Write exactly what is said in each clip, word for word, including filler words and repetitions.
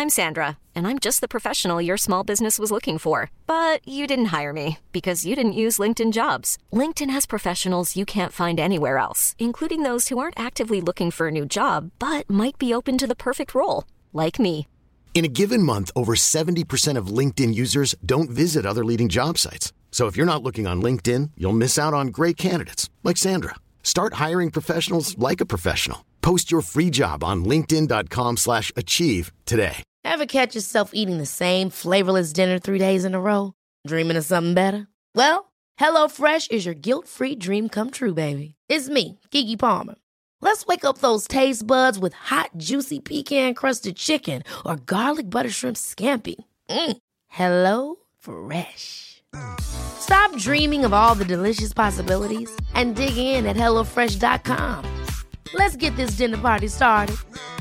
I'm Sandra, and I'm just the professional your small business was looking for. But you didn't hire me, because you didn't use LinkedIn Jobs. LinkedIn has professionals you can't find anywhere else, including those who aren't actively looking for a new job, but might be open to the perfect role, like me. In a given month, over seventy percent of LinkedIn users don't visit other leading job sites. So if you're not looking on LinkedIn, you'll miss out on great candidates, like Sandra. Start hiring professionals like a professional. Post your free job on linkedin.com slash achieve today. Ever catch yourself eating the same flavorless dinner three days in a row? Dreaming of something better? Well, HelloFresh is your guilt-free dream come true, baby. It's me, Keke Palmer. Let's wake up those taste buds with hot, juicy pecan-crusted chicken or garlic butter shrimp scampi. Mm. Hello Fresh. Stop dreaming of all the delicious possibilities and dig in at hello fresh dot com. Let's get this dinner party started.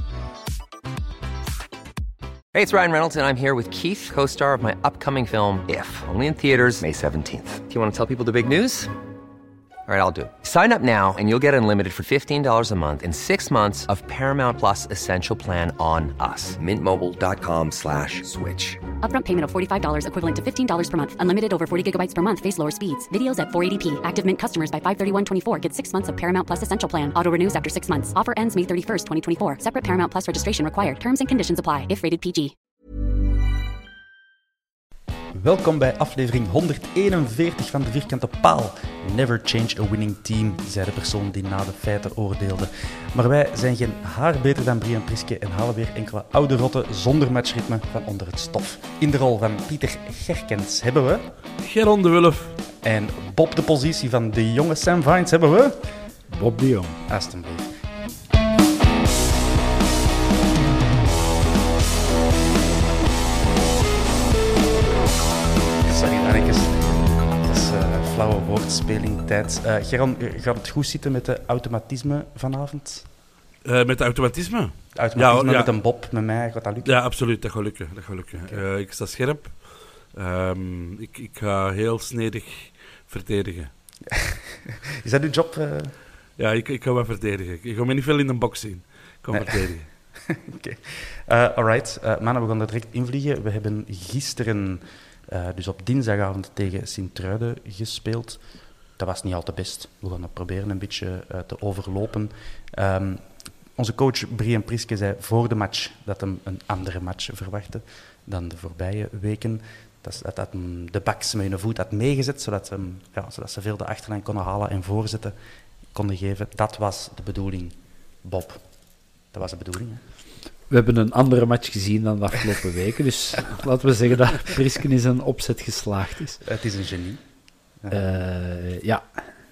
Hey, it's Ryan Reynolds, and I'm here with Keith, co-star of my upcoming film, If, only in theaters May seventeenth. Do you want to tell people the big news? All right, I'll do it. Sign up now and you'll get unlimited for fifteen dollars a month and six months of Paramount Plus Essential Plan on us. Mint Mobile dot com slash switch. Upfront payment of forty-five dollars equivalent to fifteen dollars per month. Unlimited over forty gigabytes per month. Face lower speeds. Videos at four eighty p. Active Mint customers by five thirty-one twenty-four get six months of Paramount Plus Essential Plan. Auto renews after six months. Offer ends May thirty-first, twenty twenty-four. Separate Paramount Plus registration required. Terms and conditions apply if rated P G. Welkom bij aflevering honderdeenenveertig van De Vierkante Paal. Never change a winning team, zei de persoon die na de feiten oordeelde. Maar wij zijn geen haar beter dan Brian Priske en halen weer enkele oude rotten zonder matchritme van onder het stof. In de rol van Pieter Gerkens hebben we... Geron de Wulf. En Bob de positie van de jonge Sam Vines hebben we... Bob de Jong. Alsjeblieft. Sorry, mannetjes. Het is uh, flauwe woordspeling tijd. Uh, Geron, gaat het goed zitten met de automatisme vanavond? Uh, met de automatisme? Automatisme ja, ja. met een Bob, met mij, gaat dat lukken? Ja, absoluut. Dat gaat lukken. Dat gaat lukken. Okay. Uh, ik sta scherp. Um, ik, ik ga heel snedig verdedigen. Is dat uw job? Uh... Ja, ik, ik ga wel verdedigen. Ik ga me niet veel in de box zien. Ik ga nee. verdedigen. Oké. Okay. Uh, alright. Uh, mannen, we gaan er direct invliegen. We hebben gisteren... Uh, dus op dinsdagavond tegen Sint-Truiden gespeeld. Dat was niet al te best. We gaan dat proberen een beetje uh, te overlopen. Um, onze coach Brian Priske zei voor de match dat hij een andere match verwachtte dan de voorbije weken. Dat, dat, dat hem de backs met hun voet had meegezet, zodat, hem, ja, zodat ze veel de achterlijn konden halen en voorzetten konden geven. Dat was de bedoeling, Bob. Dat was de bedoeling, hè? We hebben een andere match gezien dan de afgelopen weken, dus laten we zeggen dat Prisken in zijn opzet geslaagd is. Het is een genie. Uh, ja.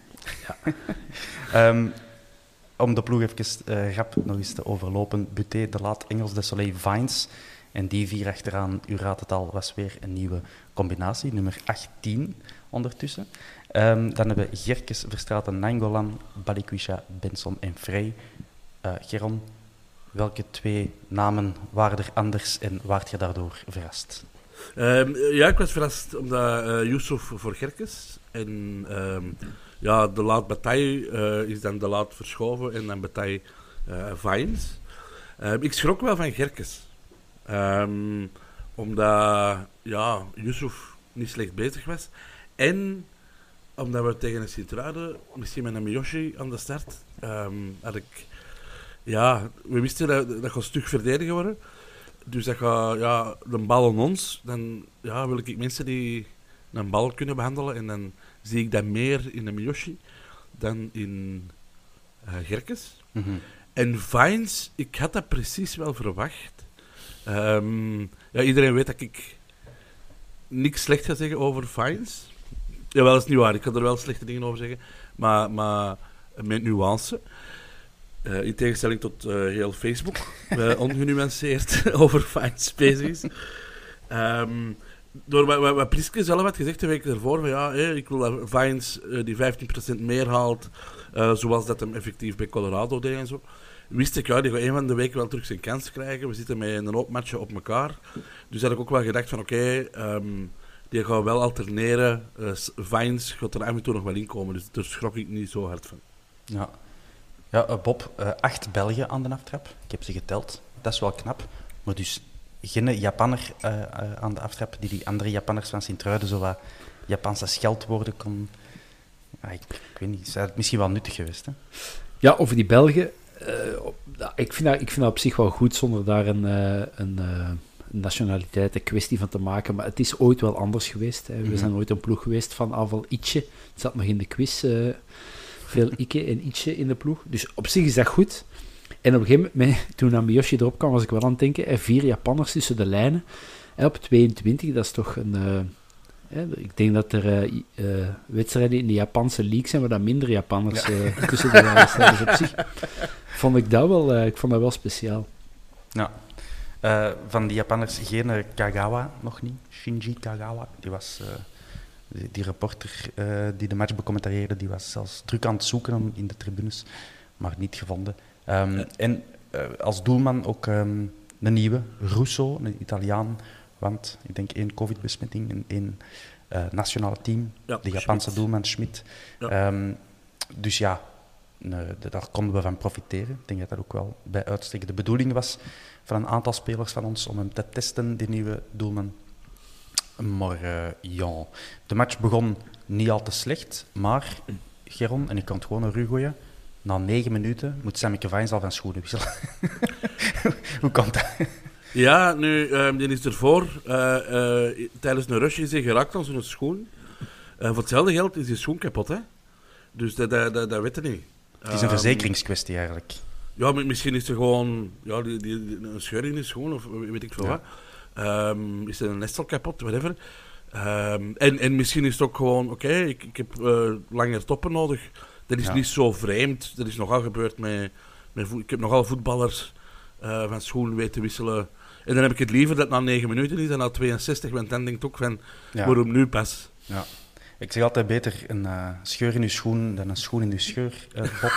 ja. um, om de ploeg even uh, rap nog eens te overlopen. Buté, De Laat, Engels, De Soleil, Vines. En die vier achteraan, u raadt het al, was weer een nieuwe combinatie. Nummer achttien ondertussen. Um, dan hebben we Gerkes, Verstraeten, Nainggolan, Balikwisha, Benson en Frey. Uh, Geron, welke twee namen waren er anders en waart je daardoor verrast? Um, ja, ik was verrast omdat uh, Yusuf voor Gerkes en um, ja, De Laat Bataille uh, is dan De Laat verschoven en dan Bataille uh, Vines. Um, ik schrok wel van Gerkes. Um, omdat ja, Yusuf niet slecht bezig was en omdat we tegen een Sint-Truiden, misschien met een Miyoshi aan de start, um, had ik... Ja, we wisten dat dat gaat stug verdedigen worden. Dus dat gaat ja, de bal aan ons. Dan ja, wil ik mensen die een bal kunnen behandelen. En dan zie ik dat meer in de Miyoshi dan in uh, Gerkes. Mm-hmm. En Vines, ik had dat precies wel verwacht. Um, ja, iedereen weet dat ik niks slecht ga zeggen over Vines. Jawel, dat is niet waar. Ik kan er wel slechte dingen over zeggen. Maar, maar met nuance. Uh, in tegenstelling tot uh, heel Facebook, uh, ongenuanceerd over Vines bezig is. Um, door wat, wat, wat Priske zelf had gezegd de week ervoor, van ja, hey, ik wil dat Vines uh, die vijftien procent meer haalt, uh, zoals dat hem effectief bij Colorado deed en zo. Wist ik, ja, die gaat een van de weken wel terug zijn kans krijgen. We zitten met een hoop matchen op elkaar. Dus had ik ook wel gedacht van oké, okay, um, die gaat wel alterneren. Uh, Vines gaat er af en toe nog wel in komen, dus daar schrok ik niet zo hard van. Ja. Ja, uh, Bob, uh, acht Belgen aan de aftrap. Ik heb ze geteld. Dat is wel knap. Maar dus geen Japanner uh, uh, aan de aftrap die die andere Japanners van Sint-Truiden zo wat Japanse scheldwoorden kon... Ja, ik, ik weet niet, is dat misschien wel nuttig geweest, hè? Ja, over die Belgen. Uh, ik, vind dat, ik vind dat op zich wel goed, zonder daar een, uh, een uh, nationaliteit, een kwestie van te maken. Maar het is ooit wel anders geweest. Hè. We mm-hmm. zijn ooit een ploeg geweest van Aval Itje. Het zat nog in de quiz. Uh, veel Ikke en Itje in de ploeg. Dus op zich is dat goed. En op een gegeven moment, toen Amiyoshi erop kwam, was ik wel aan het denken, hè, vier Japanners tussen de lijnen. En op tweeëntwintig, dat is toch een... Uh, hè, ik denk dat er uh, uh, wedstrijden in de Japanse league zijn, waar dan minder Japanners ja. uh, tussen de lijnen staan. Dus op zich vond ik dat wel, uh, ik vond dat wel speciaal. Ja. Uh, van die Japanners geen uh, Kagawa nog niet. Shinji Kagawa. Die was... Uh, die, die reporter uh, die de match becommentarieerde, die was zelfs druk aan het zoeken in de tribunes, maar niet gevonden. Um, ja. En uh, als doelman ook um, een nieuwe, Russo, een Italiaan, want ik denk één covid-besmetting en één uh, nationale team, ja, de Japanse Schmidt. Doelman Schmidt. Ja. Um, dus ja, nee, daar konden we van profiteren. Ik denk dat dat ook wel bij uitstek de bedoeling was van een aantal spelers van ons om hem te testen, die nieuwe doelman. Maar uh, ja, de match begon niet al te slecht, maar Geron, en ik kan het gewoon naar u gooien, na negen minuten moet Sammeke Vines al van schoenen wisselen. Hoe komt dat? Ja, nu, um, die is ervoor. Uh, uh, tijdens een rush is hij geraakt aan zijn schoen. Uh, voor hetzelfde geld is die schoen kapot, hè? Dus dat, dat, dat, dat weet je niet. Het is een um, verzekeringskwestie eigenlijk. Ja, misschien is er gewoon ja, die, die, die, een scheur in de schoen, of weet ik veel ja. wat. Um, is er een nestel kapot, whatever. Um, en, en misschien is het ook gewoon, oké, okay, ik, ik heb uh, langer toppen nodig. Dat is ja. niet zo vreemd. Dat is nogal gebeurd met... met vo- ik heb nogal voetballers uh, van schoen weten wisselen. En dan heb ik het liever dat het na negen minuten is dan na tweeënzestig. Want dan denk ik ook van, ja. waarom nu pas? Ja. Ik zeg altijd beter een uh, scheur in uw schoen dan een schoen in uw scheur, uh, Bob.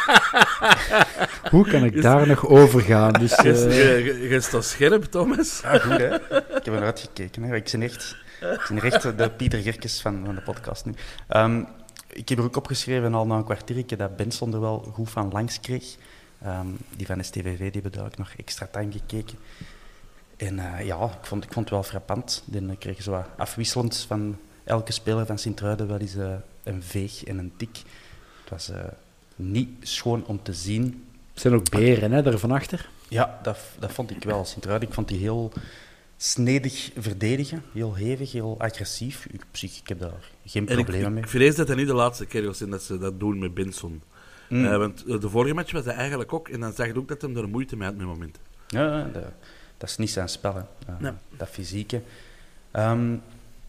Hoe kan ik is... daar nog over gaan? Dus, uh... Je, je staat scherp, Thomas. Ah, goed, hè? Ik heb er naar uitgekeken. Hè. Ik ben echt, ik ben echt de Pieter Gerkes van, van de podcast nu. Um, ik heb er ook opgeschreven al na een kwartiertje dat Benson er wel goed van langs kreeg. Um, die van de S T V V die hebben duidelijk nog extra time gekeken. En uh, ja, ik vond, ik vond het wel frappant. Dan kreeg je zo afwisselend van elke speler van Sint-Truiden wel eens uh, een veeg en een tik. Het was uh, niet schoon om te zien. Er zijn ook beren, hè, daar van achter. Ja, dat, dat vond ik wel. Sint-Truiden, ik vond die heel snedig verdedigen. Heel hevig, heel agressief. Ik, ik heb daar geen problemen ik, mee. Ik vrees dat het niet de laatste keer was dat ze dat doen met Benson. Mm. Uh, want de vorige match was dat eigenlijk ook. En dan zag je ook dat hij er moeite mee had met momenten. Ja, dat, dat is niet zijn spel, hè. Uh, nee. Dat fysieke. Um,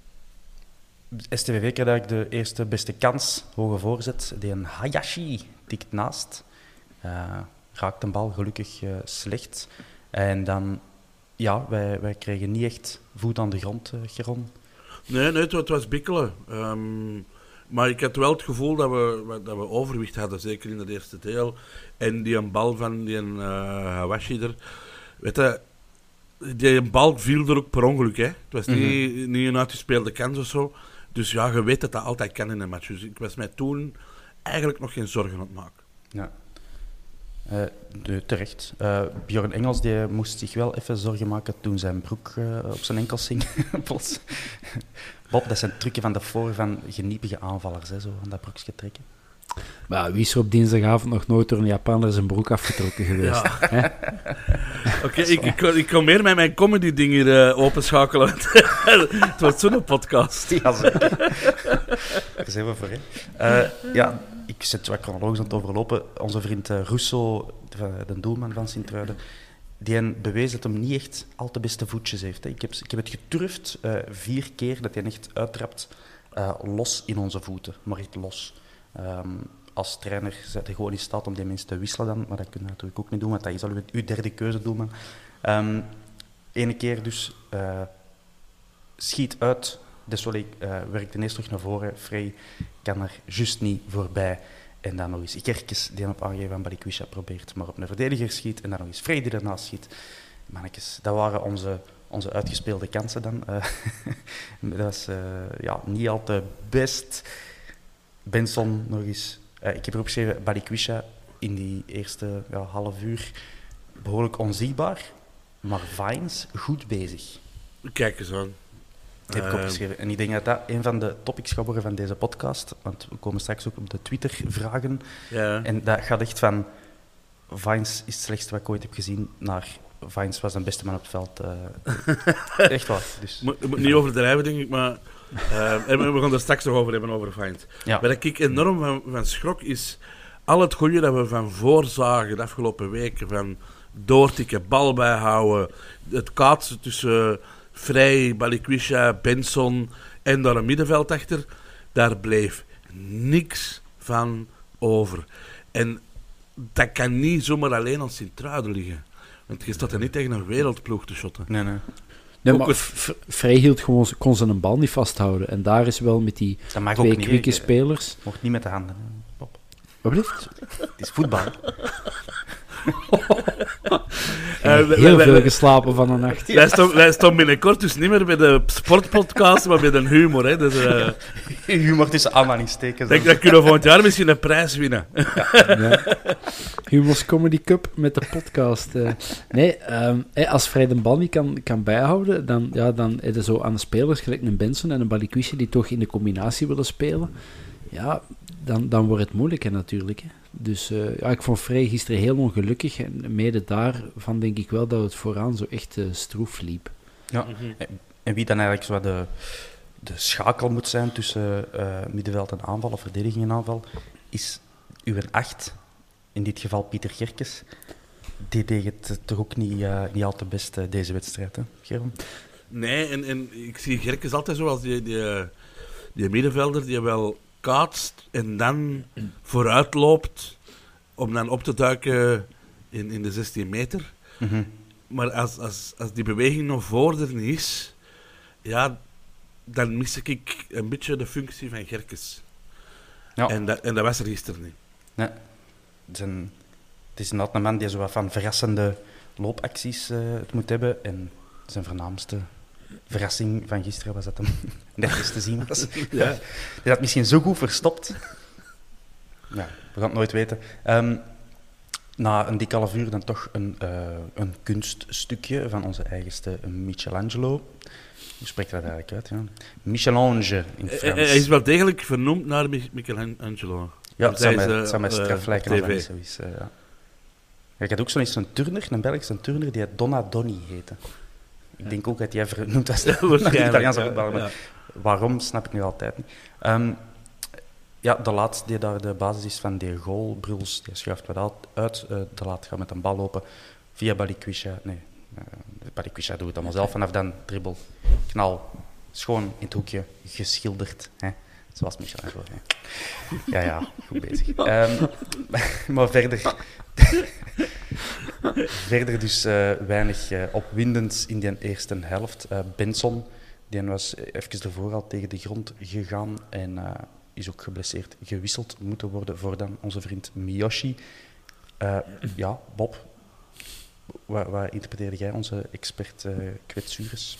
S T V V kreeg eigenlijk de eerste beste kans, hoge voorzet. Die een Hayashi tikt naast. Uh, raakt een bal gelukkig uh, slecht. En dan, ja, wij, wij kregen niet echt voet aan de grond, uh, Geron. Nee, nee, het, het was bikkelen. Um, maar ik had wel het gevoel dat we, dat we overwicht hadden, zeker in het eerste deel. En die een bal van die uh, Hayashi er... Weet je, die bal viel er ook per ongeluk, hè. Het was niet, mm-hmm. niet een uitgespeelde kans of zo. Dus ja, je weet dat dat altijd kan in een match. Dus ik was mij toen eigenlijk nog geen zorgen aan het maken. Ja, uh, de, terecht. Uh, Bjorn Engels die moest zich wel even zorgen maken toen zijn broek uh, op zijn enkels hing. Plots. Bob, dat zijn trucken van de voor van geniepige aanvallers, hè, zo van dat broekje trekken. Maar wie is er op dinsdagavond nog nooit door een Japaner zijn broek afgetrokken geweest? Ja. Oké, okay, ik, ik, ik kom meer met mijn comedy-ding hier uh, openschakelen. Het wordt zo'n podcast. Ja, zeker. Daar zijn we voor, hè. Uh, ja, ik zit wat chronologisch aan het overlopen. Onze vriend uh, Russo, de, de doelman van Sint-Truiden, die bewees dat hem niet echt al te beste voetjes heeft. Hè. Ik, heb, ik heb het geturfd, uh, vier keer dat hij echt uittrapt, uh, los in onze voeten. Maar echt los. Um, als trainer zet je gewoon in staat om die mensen te wisselen dan, maar dat kun je natuurlijk ook niet doen, want dat is al uw, uw derde keuze, doelman. Um, Ene keer dus uh, schiet uit, Desolé uh, werkt ineens terug naar voren, Frey kan er juist niet voorbij. En dan nog eens Ikerkes die op aangeven van Balikwisha probeert, maar op een verdediger schiet, en dan nog eens Frey die ernaast schiet. Mannetjes, dat waren onze, onze uitgespeelde kansen dan. Uh, dat was uh, ja, niet al te best. Benson nog eens. Uh, ik heb erop geschreven, Balikwisha in die eerste ja, half uur behoorlijk onzichtbaar. Maar Vines, goed bezig. Kijk eens aan. Heb ik Uh, opgeschreven. En ik denk dat dat een van de topics gaat worden van deze podcast. Want we komen straks ook op de Twitter-vragen. Ja. En dat gaat echt van... Vines is het slechtste wat ik ooit heb gezien, naar... Vines was de beste man op het veld. Uh, echt waar. Dus. Moet, moet niet overdrijven, denk ik, maar... Uh, en we gaan er straks nog over hebben, over Vines. Ja. Waar ik enorm van, van schrok, is... Al het goede dat we van voorzagen de afgelopen weken, van doortikken, bal bijhouden, het kaatsen tussen Vrij, Balikwisha, Benson en daar een middenveld achter, daar bleef niks van over. En dat kan niet zomaar alleen aan Sint-Truiden liggen. Want je staat er niet tegen een wereldploeg te shotten. Nee, nee. Nee, Ook maar het- V- Vrij hield gewoon, kon zijn een bal niet vasthouden. En daar is wel met die Dat mag twee ook niet. kwikke hè. spelers... Mocht niet met de handen. hè, Bob. Wat blijft? Het is voetbal. Uh, wij- Heel wij- veel wij- geslapen van een nacht. Wij staan, wij staan binnenkort dus niet meer bij de sportpodcast, maar bij de humor. Hè. Dus, uh, Humor tussen aanhalingstekens. denk, dan kunnen we volgend jaar misschien een prijs winnen. Ja. Humors Comedy Cup met de podcast. eh. Nee, ehm, eh, als Vrij de bal niet kan, kan bijhouden, dan, ja, dan heb je zo aan de spelers, gelijk een Benson en een Balikwisha, die toch in de combinatie willen spelen. Ja, dan, dan wordt het moeilijker natuurlijk. Hè. Dus eh, ja, ik vond Vrij gisteren heel ongelukkig. En mede daarvan denk ik wel dat het vooraan zo echt uh, stroef liep. Ja. En- En wie dan eigenlijk zo de, de schakel moet zijn tussen uh, middenveld en aanval, of verdediging en aanval, is uw acht, in dit geval Pieter Gerkes. Die deed het toch ook niet, uh, niet al te best uh, deze wedstrijd, hè, Geron? Nee, en, en ik zie Gerkes altijd zo als die, die, die middenvelder die wel kaatst en dan vooruit loopt om dan op te duiken in, in de zestien meter. Mm-hmm. Maar als, als, als die beweging nog voor er niet is, ja, dan mis ik een beetje de functie van Gerkes. Ja. En, dat, en dat was er gisteren niet. Nee. Het is, een, het is inderdaad een man die zo wat van verrassende loopacties uh, het moet hebben. En zijn voornaamste verrassing van gisteren was dat hem nergens te zien was. Ja. Die had misschien zo goed verstopt. Ja, we gaan het nooit weten. Um, na een dik half uur dan toch een, uh, een kunststukje van onze eigenste Michelangelo. Hoe spreekt dat eigenlijk uit? Ja? Michelange in Frans. Hij is wel degelijk vernoemd naar Michelangelo. Ja, het zou mij, Zij is, het zou mij uh, straf uh, lijken op als dat tv. niet zo is. Uh, ja. Ja, ik had ook zo'n zo'n turner, een Belgische turner, die Donna Donny heette. Ik denk ook dat hij vernoemd was naar de Italiaanse voetballer. Maar Ja. waarom, snap ik nu altijd niet. Um, ja, de laat die daar de basis is van die goal, Bruls, die schuift wat uit. Uh, de laat gaat met een bal lopen via Balikwisha. Nee, uh, Balikwisha doet het allemaal zelf. Vanaf dan dribbel, knal, schoon in het hoekje, geschilderd. Hè? Zoals Michelangelo. Hè? Ja, ja, goed bezig. Um, maar verder... verder dus uh, weinig uh, opwindends in die eerste helft. Uh, Benson, die was even ervoor al tegen de grond gegaan en uh, is ook geblesseerd gewisseld moeten worden voor dan onze vriend Miyoshi. Uh, ja, Bob, wat, wat interpreteerde jij, onze expert uh, kwetsures?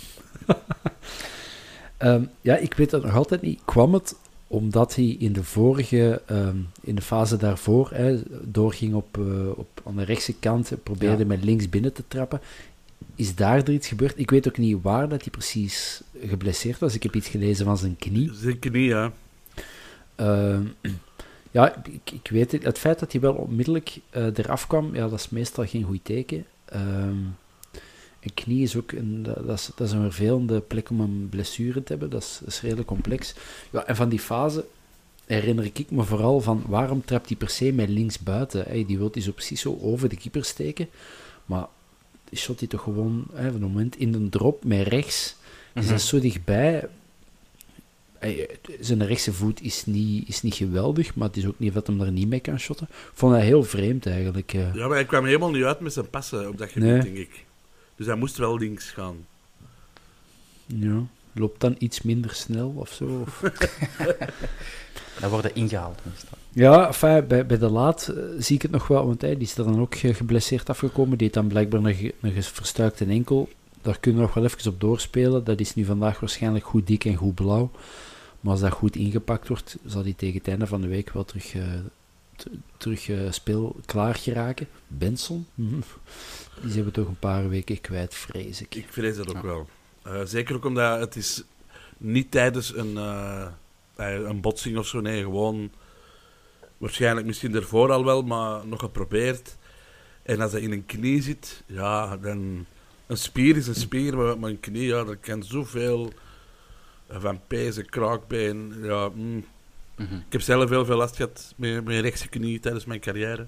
um, ja, ik weet het nog altijd niet. Kwam het omdat hij in de vorige, um, in de fase daarvoor, hè, doorging op, uh, op aan de rechtse kant, probeerde Ja. met links binnen te trappen. Is daar er iets gebeurd? Ik weet ook niet waar dat hij precies geblesseerd was. Ik heb iets gelezen van zijn knie. Zeker niet, ja. Uh, ja, ik, ik weet het. Het feit dat hij wel onmiddellijk uh, eraf kwam, ja, dat is meestal geen goed teken. Um, een knie is ook een, dat, dat, is, dat is een vervelende plek om een blessure te hebben. Dat is, dat is redelijk complex. Ja, en van die fase herinner ik me vooral van waarom trapt hij per se met links buiten? Hey, die wil hij zo precies zo over de keeper steken. Maar die shot hij toch gewoon hè, van het moment in de drop met rechts. Dus Mhm. dat is zo dichtbij. Hey, zijn rechtse voet is niet, is niet geweldig, maar het is ook niet dat hem daar niet mee kan shotten. Ik vond dat heel vreemd eigenlijk. Uh. Ja, maar hij kwam helemaal niet uit met zijn passen op dat gebied, Nee. denk ik. Dus hij moest wel links gaan. Ja, loopt dan iets minder snel of zo. Of... Dan worden ingehaald. meestal. Ja, enfin, bij, bij de laat uh, zie ik het nog wel, want hij die is er dan ook uh, geblesseerd afgekomen. Die heeft dan blijkbaar nog, nog eens verstuikt een enkel. Daar kunnen we nog wel even op doorspelen. Dat is nu vandaag waarschijnlijk goed dik en goed blauw. Maar als dat goed ingepakt wordt, zal hij tegen het einde van de week wel terug, uh, t- terug uh, speelklaar geraken. Benson, mm-hmm. die zijn we toch een paar weken kwijt, vrees ik. Ik vrees dat ook ja. wel. Uh, zeker ook omdat het is niet tijdens een, uh, een botsing of zo, nee, gewoon waarschijnlijk misschien ervoor al wel, maar nog geprobeerd. En als hij in een knie zit, ja, dan... Een spier is een spier, maar, maar een knie, ja, dat kan zoveel van pezen, kraakbeen, ja... Mm. Mm-hmm. Ik heb zelf heel veel last gehad met mijn rechtse knie tijdens mijn carrière.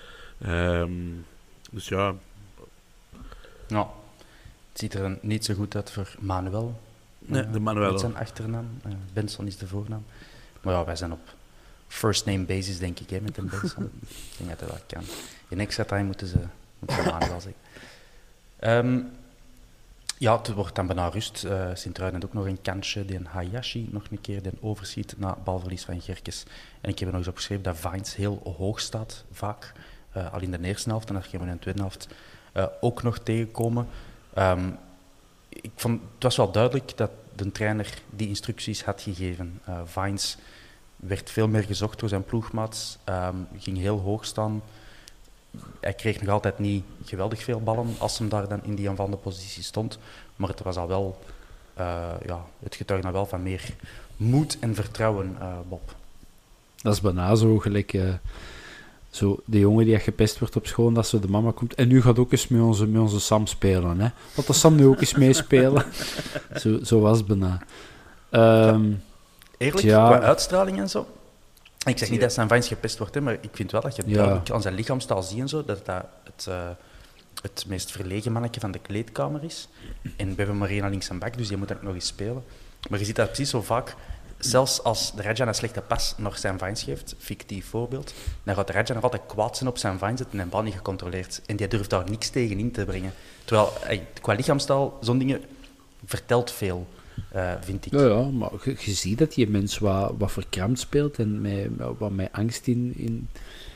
Um, dus ja... Nou, het ziet er niet zo goed uit voor Manuel. Nee, de Manuel. Dat is zijn achternaam. Uh, Benson is de voornaam. Maar ja, wij zijn op first name basis, denk ik, hè, met een Benson. Ik denk dat hij dat kan. In extra time moeten ze, moeten ze Manuel zeggen. Um, ja, het wordt dan bijna rust. Uh, Sint-Truiden ook nog een kansje. Die Hayashi nog een keer den overschiet na balverlies van Gerkes. En ik heb er nog eens opgeschreven dat Vines heel hoog staat, vaak. Uh, al in de eerste helft en dat gaan we in de tweede helft uh, ook nog tegenkomen. Um, ik vond, het was wel duidelijk dat de trainer die instructies had gegeven. Uh, Vines werd veel meer gezocht door zijn ploegmaats, um, ging heel hoog staan. Hij kreeg nog altijd niet geweldig veel ballen als hij daar dan in die aanvallende positie stond. Maar het was al wel, uh, ja, het getuigde al wel van meer moed en vertrouwen, uh, Bob. Dat is bijna zo gelijk... Uh, zo de jongen die gepest wordt op school, dat zo de mama komt. En nu gaat ook eens met onze, met onze Sam spelen. Hè? Laat de Sam nu ook eens meespelen. zo, zo was het bijna. Um, Eerlijk, ja. qua uitstraling en zo. Ik zeg niet dat zijn Vines gepest wordt, hè, maar ik vind wel dat je duidelijk ja. aan zijn lichaamstaal ziet en zo, dat dat het, uh, het meest verlegen mannetje van de kleedkamer is. En we hebben Marina links en bak, dus die moet ook nog eens spelen. Maar je ziet dat precies zo vaak, zelfs als de Radja een slechte pas nog zijn Vines geeft, fictief voorbeeld, dan gaat de Radja nog altijd kwaad zijn op zijn Vines en de bal niet gecontroleerd. En die durft daar niks tegen in te brengen. Terwijl, qua lichaamstaal, zo'n dingen vertelt veel. Uh, vind ik. Ja, ja, maar je, je ziet dat die mens wat, wat verkrampt speelt en met, wat met angst in... in...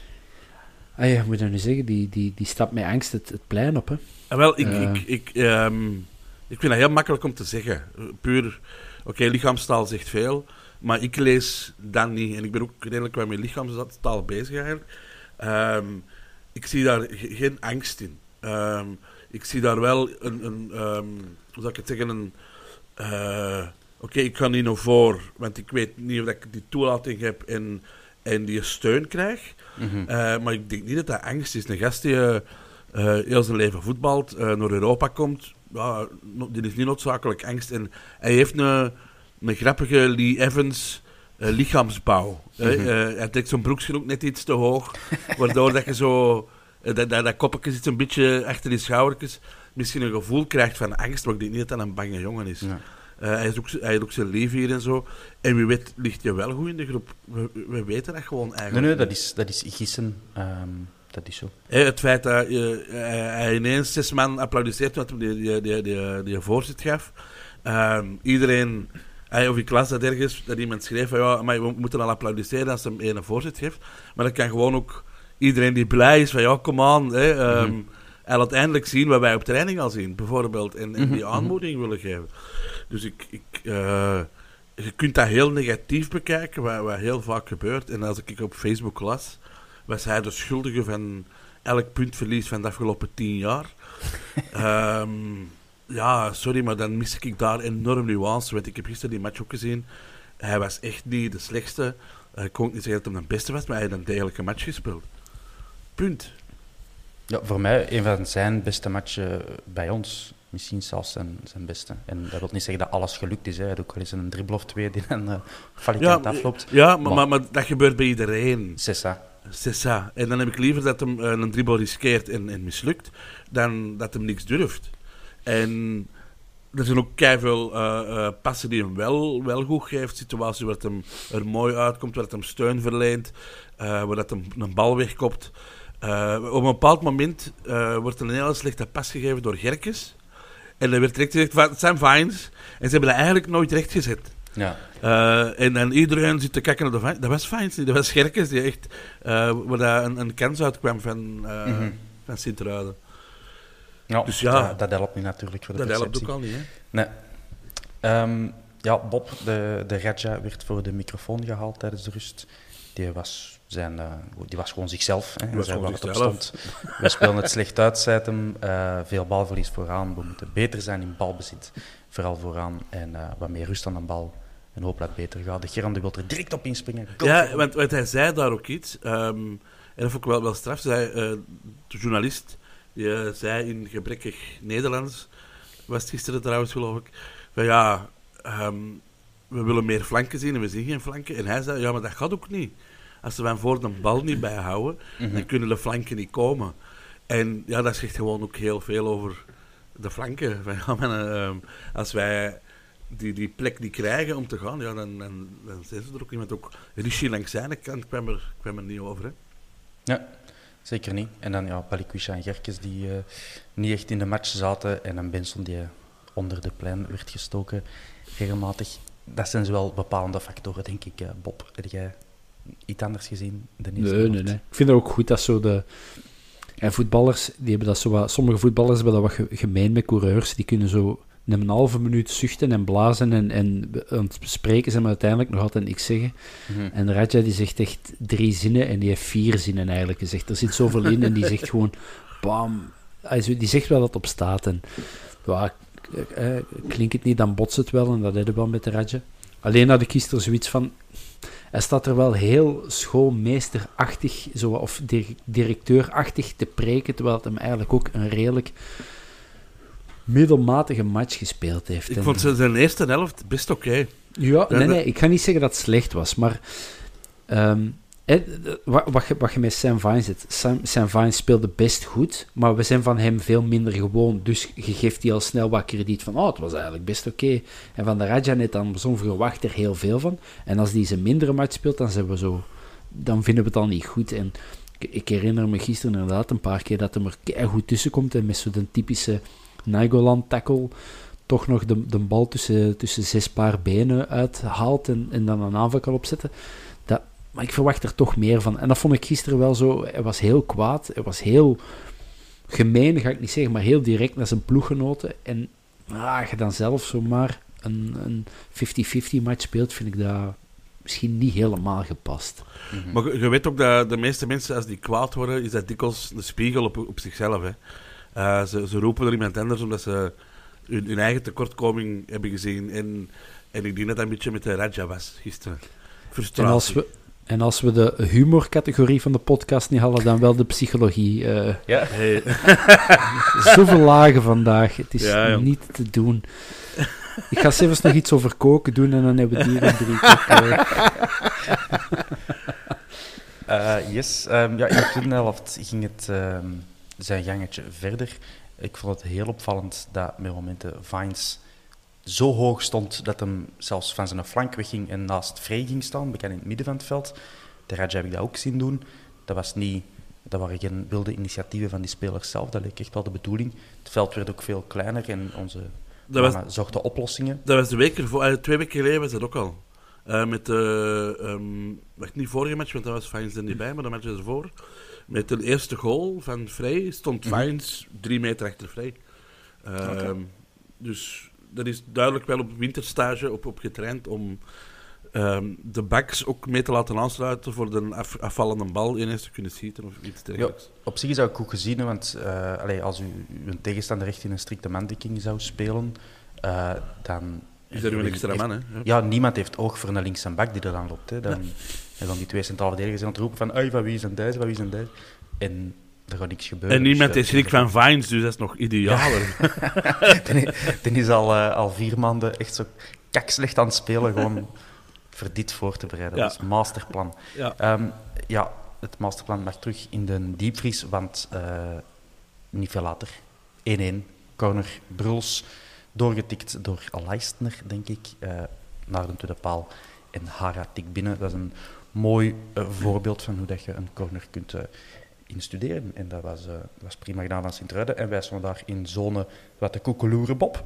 Ah ja, moet je nu zeggen, die, die, die stapt met angst het, het plein op. Hè. En wel, ik, uh, ik, ik, um, ik vind dat heel makkelijk om te zeggen. Puur, oké, okay, lichaamstaal zegt veel, maar ik lees dat niet. En ik ben ook redelijk met mijn lichaamstaal bezig eigenlijk. Um, ik zie daar ge- geen angst in. Um, ik zie daar wel een, een um, hoe zou ik het zeggen, een... Uh, Oké, okay, ik ga niet naar voor, want ik weet niet of ik die toelating heb en, en die steun krijg. Mm-hmm. Uh, maar ik denk niet dat dat angst is. Een gast die uh, uh, heel zijn leven voetbalt, uh, naar Europa komt, uh, die is niet noodzakelijk angst. En hij heeft een, een grappige Lee Evans uh, lichaamsbouw. Mm-hmm. Uh, uh, hij trekt zijn broekje ook net iets te hoog, waardoor dat je zo... Uh, dat, dat, dat koppetje zit een beetje achter die schoudertjes. Misschien een gevoel krijgt van angst, maar ik denk niet dat hij een bange jongen is. Ja. Uh, hij, is ook, hij heeft ook zijn leven hier en zo. En wie weet ligt je wel goed in de groep. We, we weten dat gewoon eigenlijk. Nee, nee, dat is, dat is gissen. Um, dat is zo. Hey, het feit dat uh, hij, hij ineens zes man applaudisseert wat hem die, die, die, die, die voorzet gaf. Um, iedereen... Hey, of ik las dat ergens, dat iemand schreef van ja, maar we moeten al applaudisseren als hij hem een voorzet geeft. Maar dat kan gewoon ook iedereen die blij is van ja, kom aan. Hey, um, mm-hmm. Hij laat eindelijk zien wat wij op training al zien, bijvoorbeeld. En, en die aanmoediging willen geven. Dus ik... ik uh, je kunt dat heel negatief bekijken, wat, wat heel vaak gebeurt. En als ik op Facebook las, was hij de schuldige van elk puntverlies van de afgelopen tien jaar. um, ja, sorry, maar dan mis ik daar enorm nuance. Want ik heb gisteren die match ook gezien. Hij was echt niet de slechtste. Uh, ik kon ook niet zeggen dat hij de beste was, maar hij had een degelijke match gespeeld. Punt. Ja, voor mij een van zijn beste matchen bij ons. Misschien zelfs zijn, zijn beste. En dat wil niet zeggen dat alles gelukt is. Hè. Hij doet ook wel eens een dribbel of twee die dan uh, falikant ja, afloopt. Ja, maar, maar, maar dat gebeurt bij iedereen. C'est ça. C'est ça. En dan heb ik liever dat hem uh, een dribbel riskeert en, en mislukt, dan dat hem niks durft. En er zijn ook keiveel uh, uh, passen die hem wel, wel goed geeft. Situaties waar het hem er mooi uitkomt, waar het hem steun verleent, uh, waar het hem een bal wegkopt. Uh, op een bepaald moment uh, wordt er een hele slechte pas gegeven door Gerkes. En dan werd direct gezegd, het zijn Vines. En ze hebben dat eigenlijk nooit rechtgezet. Ja. Uh, en dan iedereen zit te kijken naar de Vines. Dat was Vines niet, dat was Gerkes die echt... Uh, waar daar een, een kans uitkwam van, uh, mm-hmm. van Sint-Truiden. Ja, dus ja, dat, dat helpt niet natuurlijk voor de dat perceptie. Dat helpt ook al niet, hè? Nee. Um, ja, Bob, de, de Radja werd voor de microfoon gehaald tijdens de rust. Die was, zijn, uh, die was gewoon zichzelf. Hè. Die was zei gewoon waar het op zichzelf. stond. We spelen het slecht uit, zei hem. Uh, veel balverlies vooraan. We moeten beter zijn in balbezit. Vooral vooraan. En uh, wat meer rust aan de bal. En hoop dat het beter gaat. De Geron wil er direct op inspringen. Go ja, want, want hij zei daar ook iets. Um, en dat vond ik wel, wel straf. Zei, uh, de journalist die uh, zei in gebrekkig Nederlands, was het gisteren trouwens geloof ik, van ja, um, we willen meer flanken zien en we zien geen flanken. En hij zei, ja, maar dat gaat ook niet. Als ze van voor de bal niet bijhouden, mm-hmm. dan kunnen de flanken niet komen. En ja, dat zegt gewoon ook heel veel over de flanken. Van, ja, man, uh, als wij die, die plek niet krijgen om te gaan, ja, dan, dan, dan zijn ze er ook niet. Want ook Rishi langs zijn kant kwam er, kwam er niet over. Hè. Ja, zeker niet. En dan ja, Balikwisha en Gerkes die uh, niet echt in de match zaten. En dan Benson die uh, onder de plein werd gestoken, regelmatig. Dat zijn wel bepalende factoren, denk ik. Uh, Bob, heb jij iets anders gezien? De nee, nee, nee. Ik vind het ook goed dat zo de... En voetballers, die hebben dat zo wat... Sommige voetballers hebben dat wat gemeen met coureurs. Die kunnen zo een halve minuut zuchten en blazen en, en aan het spreken zijn, maar uiteindelijk nog altijd niks zeggen. Mm-hmm. En Radja die zegt echt drie zinnen en die heeft vier zinnen eigenlijk gezegd. Er zit zoveel in en die zegt gewoon... Bam. Die zegt wel dat het op staat. En ja, klinkt het niet, dan botst het wel. En dat hebben we wel met de Radja. Alleen had ik gisteren zoiets van... Hij staat er wel heel schoolmeesterachtig zo, of directeurachtig te preken, terwijl het hem eigenlijk ook een redelijk middelmatige match gespeeld heeft. Ik en, vond zijn eerste helft best oké. Okay. Ja, nee, nee, ik ga niet zeggen dat het slecht was, maar um, eh, wat, wat, je, wat je met Sam Vine zit, Sam, Sam Vine speelde best goed, maar we zijn van hem veel minder gewoon, dus je geeft die al snel wat krediet van, oh, het was eigenlijk best oké. Okay. En van de Radja net dan, soms verwacht er heel veel van. En als die zijn mindere match speelt, dan zijn we zo, dan vinden we het al niet goed. En ik, ik herinner me gisteren inderdaad een paar keer dat hij er keigoed tussen komt en met zo'n typische Nainggolan-tackle toch nog de, de bal tussen, tussen zes paar benen uithaalt en, en dan een aanval kan opzetten. Dat, maar ik verwacht er toch meer van. En dat vond ik gisteren wel zo. Hij was heel kwaad. Hij was heel gemeen, ga ik niet zeggen, maar heel direct naar zijn ploeggenoten. En ah, als je dan zelf zomaar een, een vijftig-vijftig match speelt, vind ik dat misschien niet helemaal gepast. Mm-hmm. Maar je weet ook dat de meeste mensen, als die kwaad worden, is dat dikwijls de spiegel op, op zichzelf. Hè. Uh, ze, ze roepen er iemand anders omdat ze hun, hun eigen tekortkoming hebben gezien. En, en ik denk dat dat een beetje met de Radja was gisteren. Frustratie. En als we, en als we de humorcategorie van de podcast niet hadden, dan wel de psychologie. Uh, ja. Hey. Zoveel lagen vandaag. Het is ja, niet te doen. Ik ga zelfs nog iets over koken doen en dan hebben we die in drie keer. Uh, yes. Um, ja, in de tweede helft ging het um, zijn gangetje verder. Ik vond het heel opvallend dat met momenten Vines zo hoog stond dat hem zelfs van zijn flank wegging en naast Frey ging staan, bekend in het midden van het veld. De Radja heb ik dat ook zien doen. Dat was niet... Dat waren geen wilde initiatieven van die spelers zelf. Dat leek echt wel de bedoeling. Het veld werd ook veel kleiner en onze dat was, zochten oplossingen. Dat was de week ervoor, uh, twee weken geleden was dat ook al. Uh, met de... Uh, um, wacht, niet vorige match, want dat was Vines er niet bij, maar de match ervoor. Met de eerste goal van Frey stond Vines mm-hmm. drie meter achter Frey. Uh, okay. Dus dat is duidelijk wel op winterstage op, op getraind om um, de backs ook mee te laten aansluiten voor de af, afvallende bal ineens te kunnen schieten of iets dergelijks. Ja, op zich is dat ook goed gezien, want uh, allez, als u een tegenstander echt in een strikte mandekking zou spelen, uh, dan... Is er een extra heeft, man, hè? Ja. ja, niemand heeft oog voor een linkse bak die er dan loopt. Hè. Dan, ja. En dan die twee centrale verdedigers aan het roepen van hey, van wie is een deze, van wie is een deze. En er gaat niks gebeuren. En niemand is schrik van Vines, dus dat is nog idealer. Ja. Dan is al, uh, al vier maanden echt zo kakslecht aan het spelen, gewoon voor dit voor te bereiden. Ja. Dat is het masterplan. Ja. Um, ja, het masterplan mag terug in de diepvries, want uh, niet veel later. één-één, corner Bruls, doorgetikt door Leistner, denk ik, uh, naar de tweede paal. En Hara tikt binnen. Dat is een mooi uh, voorbeeld van hoe dat je een corner kunt uh, instuderen. En dat was, uh, was prima gedaan van Sint-Truiden. En wij stonden daar in zone wat de koekeloeren, Bob.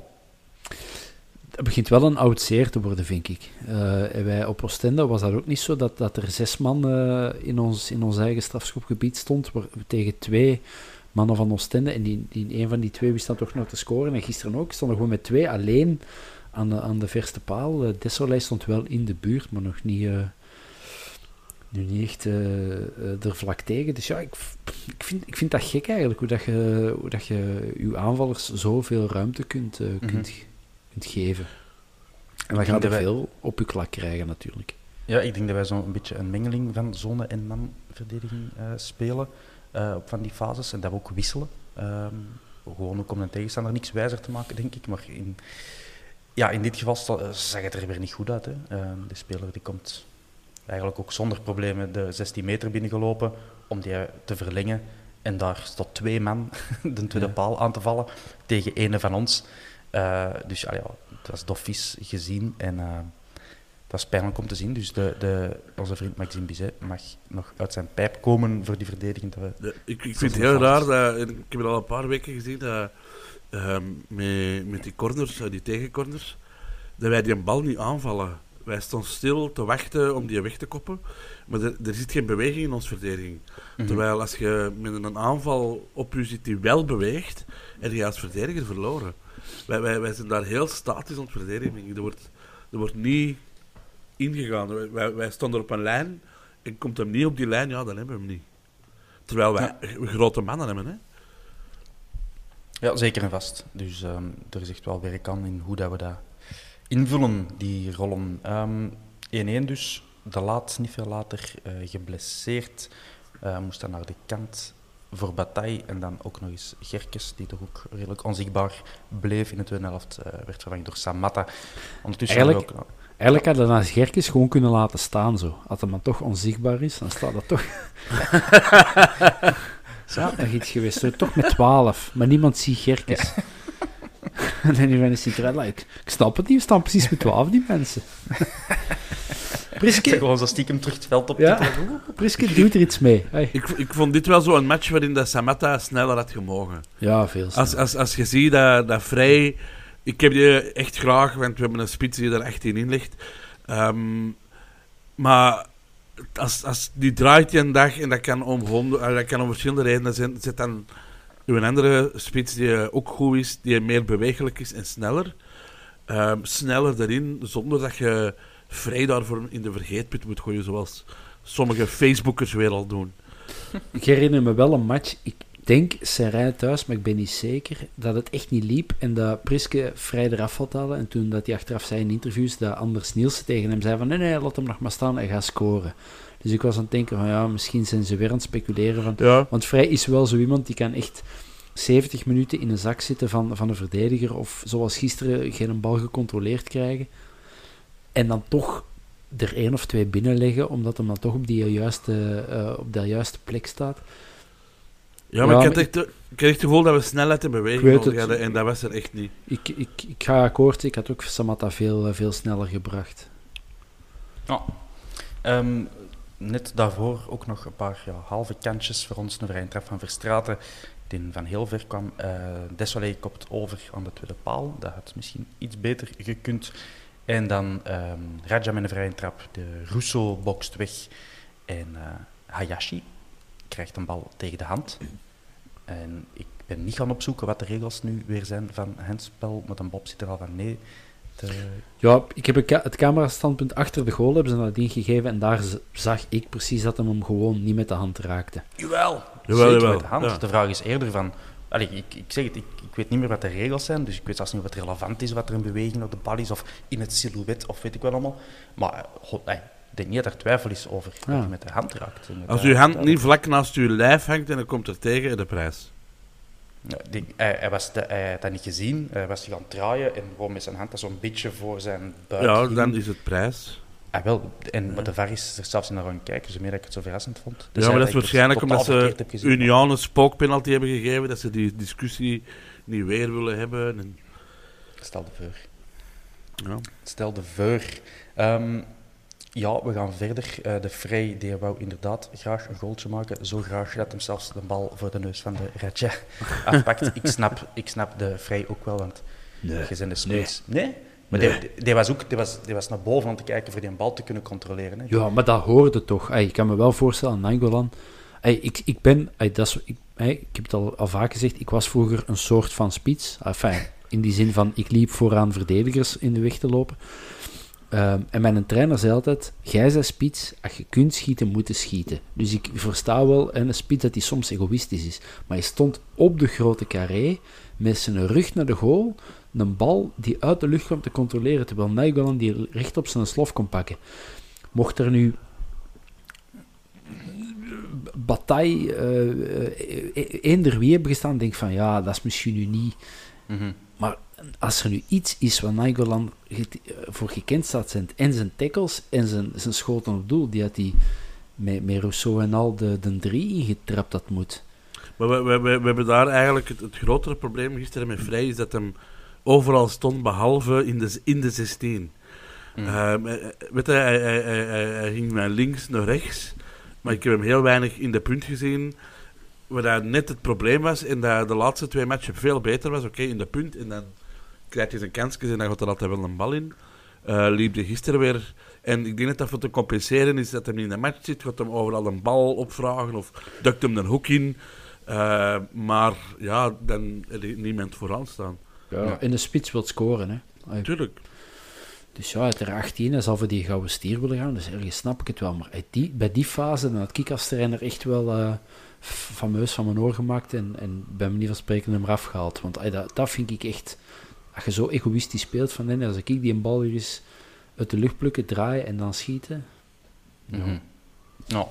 Het begint wel een oud zeer te worden, vind ik. Uh, en wij op Oostende was dat ook niet zo dat, dat er zes man uh, in, ons, in ons eigen strafschopgebied stond, waar we tegen twee mannen van Oostende, en die, die, een van die twee wist dan toch nog te scoren. En gisteren ook, stonden gewoon met twee alleen aan de, aan de verste paal. Uh, Desolé stond wel in de buurt, maar nog niet, uh, nu niet echt uh, er vlak tegen. Dus ja, ik, ik, vind, ik vind dat gek eigenlijk, hoe dat je, hoe dat je je aanvallers zoveel ruimte kunt, uh, mm-hmm. kunt, kunt geven. En dan gaat er wij... veel op je klak krijgen natuurlijk. Ja, ik denk dat wij zo'n beetje een mengeling van zone- en man-verdediging uh, spelen uh, op van die fases en dat we ook wisselen. Um, gewoon ook om een tegenstander niks wijzer te maken, denk ik. Maar in, ja, in dit geval sta, zag het er weer niet goed uit. Hè. Uh, de speler die komt eigenlijk ook zonder problemen de zestien meter binnengelopen om die te verlengen. En daar staat twee man de tweede ja. paal aan te vallen tegen ene van ons. Uh, dus ja, het was dof vies gezien en uh, dat is pijnlijk om te zien. Dus de, de, onze vriend Maxime Bizet mag nog uit zijn pijp komen voor die verdediging. Dat we de, ik ik vind het heel raar, dat, ik heb het al een paar weken gezien, dat uh, met, met die corners, uh, die tegencorners, dat wij die een bal niet aanvallen. Wij staan stil te wachten om die weg te koppen, maar er, er zit geen beweging in onze verdediging. Mm-hmm. Terwijl als je met een aanval op je zit die wel beweegt, heb je als verdediger verloren. Wij, wij, wij zijn daar heel statisch aan het verdedigen. Er wordt, er wordt niet ingegaan. Wij, wij staan er op een lijn en komt hem niet op die lijn, ja, dan hebben we hem niet. Terwijl wij ja. grote mannen hebben, hè. Ja, zeker en vast. Dus um, er is echt wel werk aan in hoe dat we dat invullen, die rollen. Um, één-één dus. De Laat, niet veel later, uh, geblesseerd. Uh, moest dan naar de kant voor Bataille en dan ook nog eens Gerkes, die toch ook redelijk onzichtbaar bleef in de tweede helft, uh, werd vervangen door Samatta. Ondertussen eigenlijk, ook, uh, eigenlijk had hij naast Gerkes gewoon kunnen laten staan zo. Als hij maar toch onzichtbaar is, dan staat dat toch... Zaterdag iets geweest, zo, toch met twaalf, maar niemand ziet Gerkes. Ja. En dan die mensen zitten ik, ik snap het niet, we staan precies met twaalf, die mensen. Priske gewoon zo stiekem terug het veld op. Ja, Priske doet er iets mee. Hey. Ik, ik vond dit wel zo een match waarin dat Samatta sneller had gemogen. Ja, veel sneller. Als, als, als je ziet dat, dat Vrij... Ik heb die echt graag, want we hebben een spits die er echt in ligt. Um, maar als, als die draait die een dag, en dat kan om, dat kan om verschillende redenen zijn, zit dan een andere spits die ook goed is, die meer bewegelijk is en sneller. Um, sneller erin, zonder dat je Vrij daarvoor in de vergeetput moet gooien, zoals sommige Facebookers weer al doen. Ik herinner me wel een match, ik denk Serijn thuis, maar ik ben niet zeker, dat het echt niet liep en dat Priske Vrij eraf had halen. En toen dat hij achteraf zei in interviews, dat Anders Nielsen tegen hem zei van nee, nee, laat hem nog maar staan en ga scoren. Dus ik was aan het denken van ja, misschien zijn ze weer aan het speculeren. Van, ja. Want Vrij is wel zo iemand die kan echt zeventig minuten in een zak zitten van, van een verdediger of zoals gisteren geen bal gecontroleerd krijgen. En dan toch er één of twee binnenleggen, omdat hem dan toch op die juiste, uh, op die juiste plek staat. Ja, maar, ja, ik, had echt, ik, ik had echt het gevoel dat we snelheid en beweging nodig hadden, en dat was er echt niet. Ik, ik, ik ga akkoord, ik had ook Samatta veel, veel sneller gebracht. Ja. Um, net daarvoor ook nog een paar ja, halve kantjes voor ons. Een vrije trap van Verstraeten, die van heel ver kwam. Uh, Desolé kopt over aan de tweede paal. Dat had misschien iets beter gekund. En dan um, Raja met een vrije trap. De Russo bokst weg. En uh, Hayashi krijgt een bal tegen de hand. En ik ben niet gaan opzoeken wat de regels nu weer zijn van handspel. Maar dan Bob zit er al van nee. Te... Ja, ik heb ka- het camerastandpunt achter de goal hebben ze nadien gegeven. En daar z- zag ik precies dat hem hem gewoon niet met de hand raakte. Jawel, jawel, zeker jawel. met de hand. Ja. De vraag is eerder van... Allee, ik, ik zeg het, ik, ik weet niet meer wat de regels zijn, dus ik weet zelfs niet wat relevant is, wat er in beweging op de bal is, of in het silhouet, of weet ik wel allemaal. Maar god, nee, ik denk niet dat er twijfel is over Ja. wat je met de hand raakt. Als uw hand niet vlak naast uw lijf hangt en dan komt er tegen, de prijs. Ja, die, hij, hij, was de, hij had dat niet gezien, hij was zich aan het draaien en gewoon met zijn hand dat zo'n beetje voor zijn buik Ja, hing. dan is het prijs. Ah, wel, en maar de V A R is er zelfs in naar gaan kijken, dus meer dat ik het zo verrassend vond. Dus ja, maar dat is ik waarschijnlijk het omdat totaal ze verkeerd heb gezien. Union een spookpenalty hebben gegeven, dat ze die discussie niet weer willen hebben. En... Stel de voor. Ja. Stel de voor. Um, ja, we gaan verder. Uh, de Vrij die wou inderdaad graag een goaltje maken. Zo graag dat hem zelfs de bal voor de neus van de Raja afpakt. ik, snap, ik snap de Vrij ook wel, want Nee. je bent de spits. Nee? nee? Maar Nee. Die, die, was ook, die, was, die was naar boven om te kijken voor die bal te kunnen controleren. Hè. Ja, maar dat hoorde toch. Ey, ik kan me wel voorstellen, Nainggolan... Ey, ik, ik ben... Ey, dat is, ik, ey, ik heb het al, al vaak gezegd, ik was vroeger een soort van spits. Enfin, in die zin van, ik liep vooraan verdedigers in de weg te lopen. Um, en mijn trainer zei altijd, jij bent spits, als je kunt schieten, moet je schieten. Dus ik versta wel een spits dat hij soms egoïstisch is. Maar hij stond op de grote carré, met zijn rug naar de goal, een bal die uit de lucht kwam te controleren, terwijl Nainggolan die recht op zijn slof kon pakken. Mocht er nu bataille uh, eender wie hebben gestaan, denk ik van, ja, dat is misschien nu niet... Mm-hmm. Maar als er nu iets is wat Nainggolan voor gekend staat, zijn en zijn tackles en zijn, zijn schoten op doel, die had hij met, met Rousseau en al de, de drie ingetrapt dat moet. Maar we, we, we, we hebben daar eigenlijk het, het grotere probleem gisteren met Vrij, is dat hem overal stond, behalve in de, in de zestien. Mm. Uh, weet je, hij, hij, hij, hij ging naar links, naar rechts, maar ik heb hem heel weinig in de punt gezien, waar dat net het probleem was en dat de laatste twee matchen veel beter was. Oké, okay, in de punt en dan krijg je zijn kansjes en dan gaat er altijd wel een bal in. Uh, liep hij gisteren weer. En ik denk dat dat voor te compenseren is dat hij niet in de match zit. Gaat hem overal een bal opvragen of dukt hem een hoek in. Uh, maar ja, dan heb je niemand vooraan staan. Ja, ja. En de spits wil scoren, hè. Tuurlijk. Dus ja, uit de achttien, hij zal voor die gouden stier willen gaan. Dus ergens snap ik het wel. Maar die, bij die fase, dan had ik als trainer echt wel... Uh, fameus van mijn oor gemaakt en, en bij manier van spreken hem eraf gehaald. Want ay, dat, dat vind ik echt... Als je zo egoïstisch speelt van... Nee, als ik die een bal eens uit de lucht plukken, draaien en dan schieten... Mm-hmm. Nou,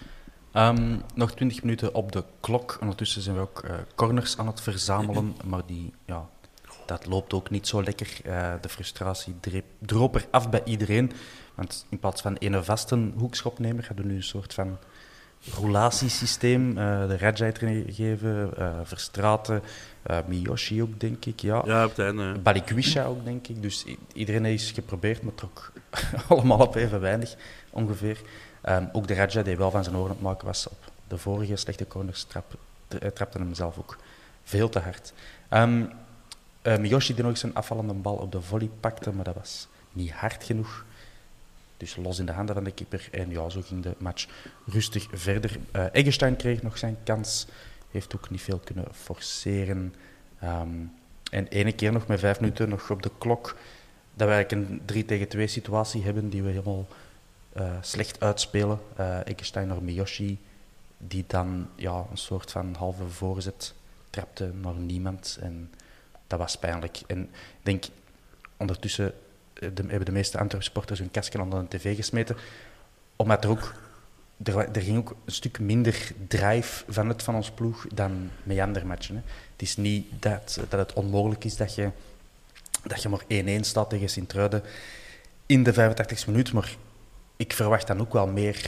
um, nog twintig minuten op de klok. Ondertussen zijn we ook uh, corners aan het verzamelen. Maar die, ja, dat loopt ook niet zo lekker. Uh, de frustratie dreep, droop er af bij iedereen. Want in plaats van een vaste hoekschopnemer hadden we nu een soort van... roulatiesysteem, uh, de Raja erin gegeven, uh, Verstraeten, uh, Miyoshi ook, denk ik. Ja, ja op het einde. Balikwisha ook, denk ik. Dus i- iedereen is geprobeerd, maar toch allemaal op even weinig, ongeveer. Um, ook de Raja, die wel van zijn oren aan het maken was op de vorige slechte corners, trap, tra- trapte hem zelf ook veel te hard. Um, uh, Miyoshi die nog eens een afvallende bal op de volley pakte, maar dat was niet hard genoeg. Dus los in de handen van de keeper. En ja, zo ging de match rustig verder. Uh, Eggestein kreeg nog zijn kans. Heeft ook niet veel kunnen forceren. Um, en ene keer nog met vijf minuten nog op de klok. Dat we eigenlijk een drie tegen twee situatie hebben die we helemaal uh, slecht uitspelen. Uh, Eggestein naar Miyoshi. Die dan ja, een soort van halve voorzet trapte naar niemand. En dat was pijnlijk. En ik denk ondertussen... De, hebben de meeste Antwerp-sporters hun kastje onder de tv gesmeten. Omdat er ook... Er, er ging ook een stuk minder drive vanuit van ons ploeg dan met andere matchen. Hè. Het is niet dat, dat het onmogelijk is dat je, dat je maar één-één staat tegen Sint-Truiden in de vijfentachtigste minuut. Maar ik verwacht dan ook wel meer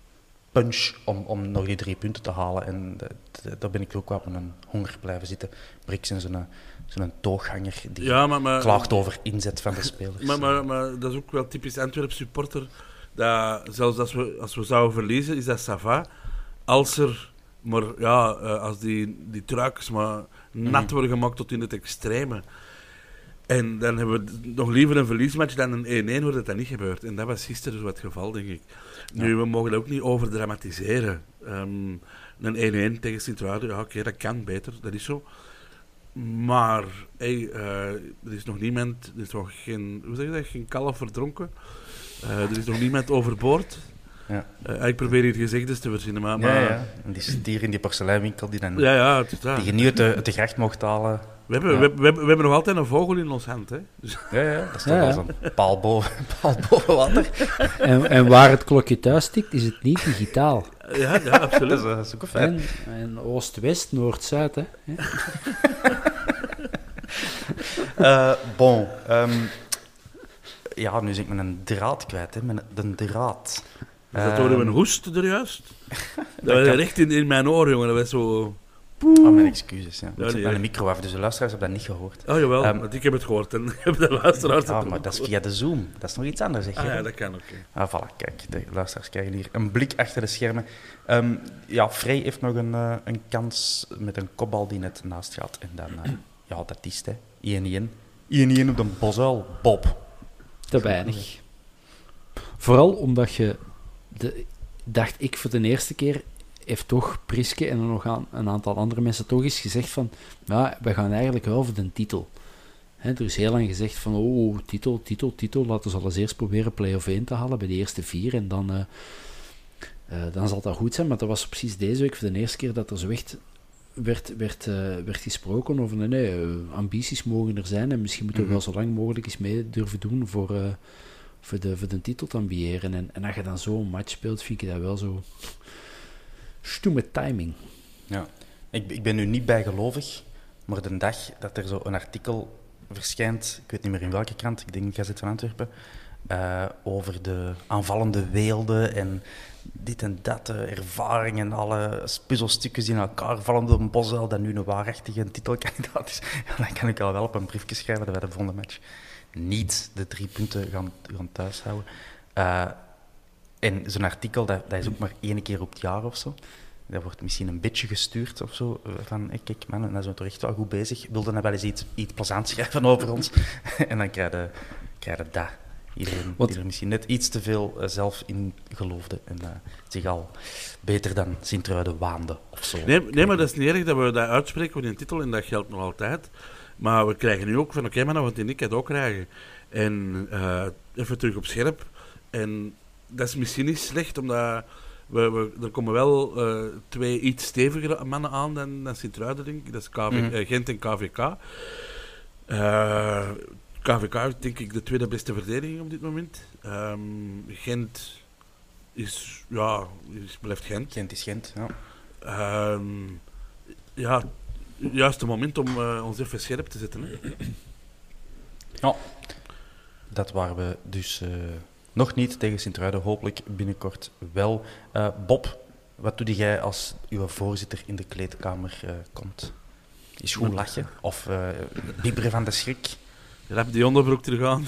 punch om, om nog die drie punten te halen. En daar ben ik ook wel met een honger blijven zitten. Brix en zo'n... Zo'n tooghanger die ja, maar, maar, klaagt over inzet van de spelers. Maar, maar, maar dat is ook wel typisch Antwerp-supporter. Dat zelfs als we, als we zouden verliezen, is dat ça va. Als er maar, ja, als die, die truikens maar nat worden gemaakt tot in het extreme. En dan hebben we nog liever een verliesmatch dan een één-één, waar dat dan niet gebeurt. En dat was gisteren zo het geval, denk ik. Nu, ja. We mogen dat ook niet overdramatiseren. Um, een één-één tegen Sint-Truiden, ja, oké, okay, dat kan beter, dat is zo. Maar hey, uh, er is nog niemand, er is nog geen, hoe zeg je dat, geen kalf verdronken. Uh, er is nog niemand overboord. Ja. Uh, ik probeer hier gezegdes te verzinnen, maar... maar... Ja, ja. En die stier in die porseleinwinkel die dan... Ja, ja, het is dat. Die je niet uit de, uit de gracht mocht halen. We hebben, ja. we, we, we hebben nog altijd een vogel in ons hand, hè. Dus... Ja, ja, dat is toch ja, wel zo'n paal boven, paal boven water. En, en waar het klokje thuis stikt, is het niet digitaal. Ja, ja, absoluut. dat, is, dat is ook een feit. En, en Oost-West, Noord-Zuid, hè. uh, bon. Um, ja, nu zit ik met een draad kwijt, hè. Met een draad. Is dat door um, een hoest er juist? Dat was recht in, in mijn oor, jongen. Dat was zo... Oh, mijn excuses, ja. ja ik zit met een micro af, dus de luisteraars hebben dat niet gehoord. Oh, jawel, um, want ik heb het gehoord en heb de luisteraars... Ja, maar dat is via de Zoom. Dat is nog iets anders, zeg je. Ah, ja, dat kan ook. Okay. Ah, voilà, kijk, de luisteraars krijgen hier een blik achter de schermen. Um, ja, Vrij heeft nog een, uh, een kans met een kopbal die net naast gaat. En dan, uh, ja, dat is het, hè. één-één. één-één op de Bosuil. Bob. Te weinig. Vooral omdat je, de, dacht ik voor de eerste keer, heeft toch Priske en nog aan, een aantal andere mensen toch eens gezegd van, ja, we gaan eigenlijk wel voor de titel. Hè, er is heel lang gezegd van, oh, titel, titel, titel, laten we alles eerst proberen play-off één te halen bij de eerste vier en dan, uh, uh, dan zal dat goed zijn. Maar dat was precies deze week voor de eerste keer dat er zo echt werd, werd, uh, werd gesproken over, nee, nee, uh, ambities mogen er zijn en misschien moeten we wel zo lang mogelijk eens mee durven doen voor, uh, voor, de, voor de titel te ambiëren. En, en als je dan zo'n match speelt, vind ik dat wel zo stoeme timing. Ja, ik, ik ben nu niet bijgelovig, maar de dag dat er zo een artikel verschijnt, ik weet niet meer in welke krant, ik denk Gazet van Antwerpen, uh, over de aanvallende weelden en dit en dat, de ervaring en alle puzzelstukjes die in elkaar vallen door een Boswell, dat nu een waarachtige titelkandidaat is, ja, dan kan ik al wel op een briefje schrijven dat wij de volgende match niet de drie punten gaan, gaan thuishouden. Uh, en zo'n artikel, dat, dat is ook maar één keer op het jaar of zo. Dat wordt misschien een beetje gestuurd of zo. Van, hey, kijk man, dan zijn we toch echt wel goed bezig. Wilden dan wel eens iets, iets plezants schrijven over ons. En dan krijg je, krijg je dat. Iedereen die er misschien net iets te veel uh, zelf in geloofde. En uh, zich al beter dan Sint-Truiden waande of zo. Nee, nee, maar dat is niet erg dat we dat uitspreken voor die titel. En dat geldt nog altijd. Maar we krijgen nu ook van, oké, okay, maar want die ik het ook krijgen. En uh, even terug op scherp. En dat is misschien niet slecht, omdat... We, we, er komen wel uh, twee iets stevigere mannen aan dan, dan Sint-Truiden, denk ik. Dat is K V, mm. uh, Gent en K V K. Uh, K V K is denk ik de tweede beste verdediging op dit moment. Um, Gent is, ja, is, blijft Gent. Gent is Gent, ja. Um, ja, het juiste moment om uh, ons even scherp te zetten. Hè. Ja, dat waren we dus... Uh... Nog niet tegen Sint-Truiden, hopelijk binnenkort wel. Uh, Bob, wat doe jij als uw voorzitter in de kleedkamer uh, komt? Is goed lachen? Of uh, bibberen van de schrik? Je hebt die onderbroek terug aan.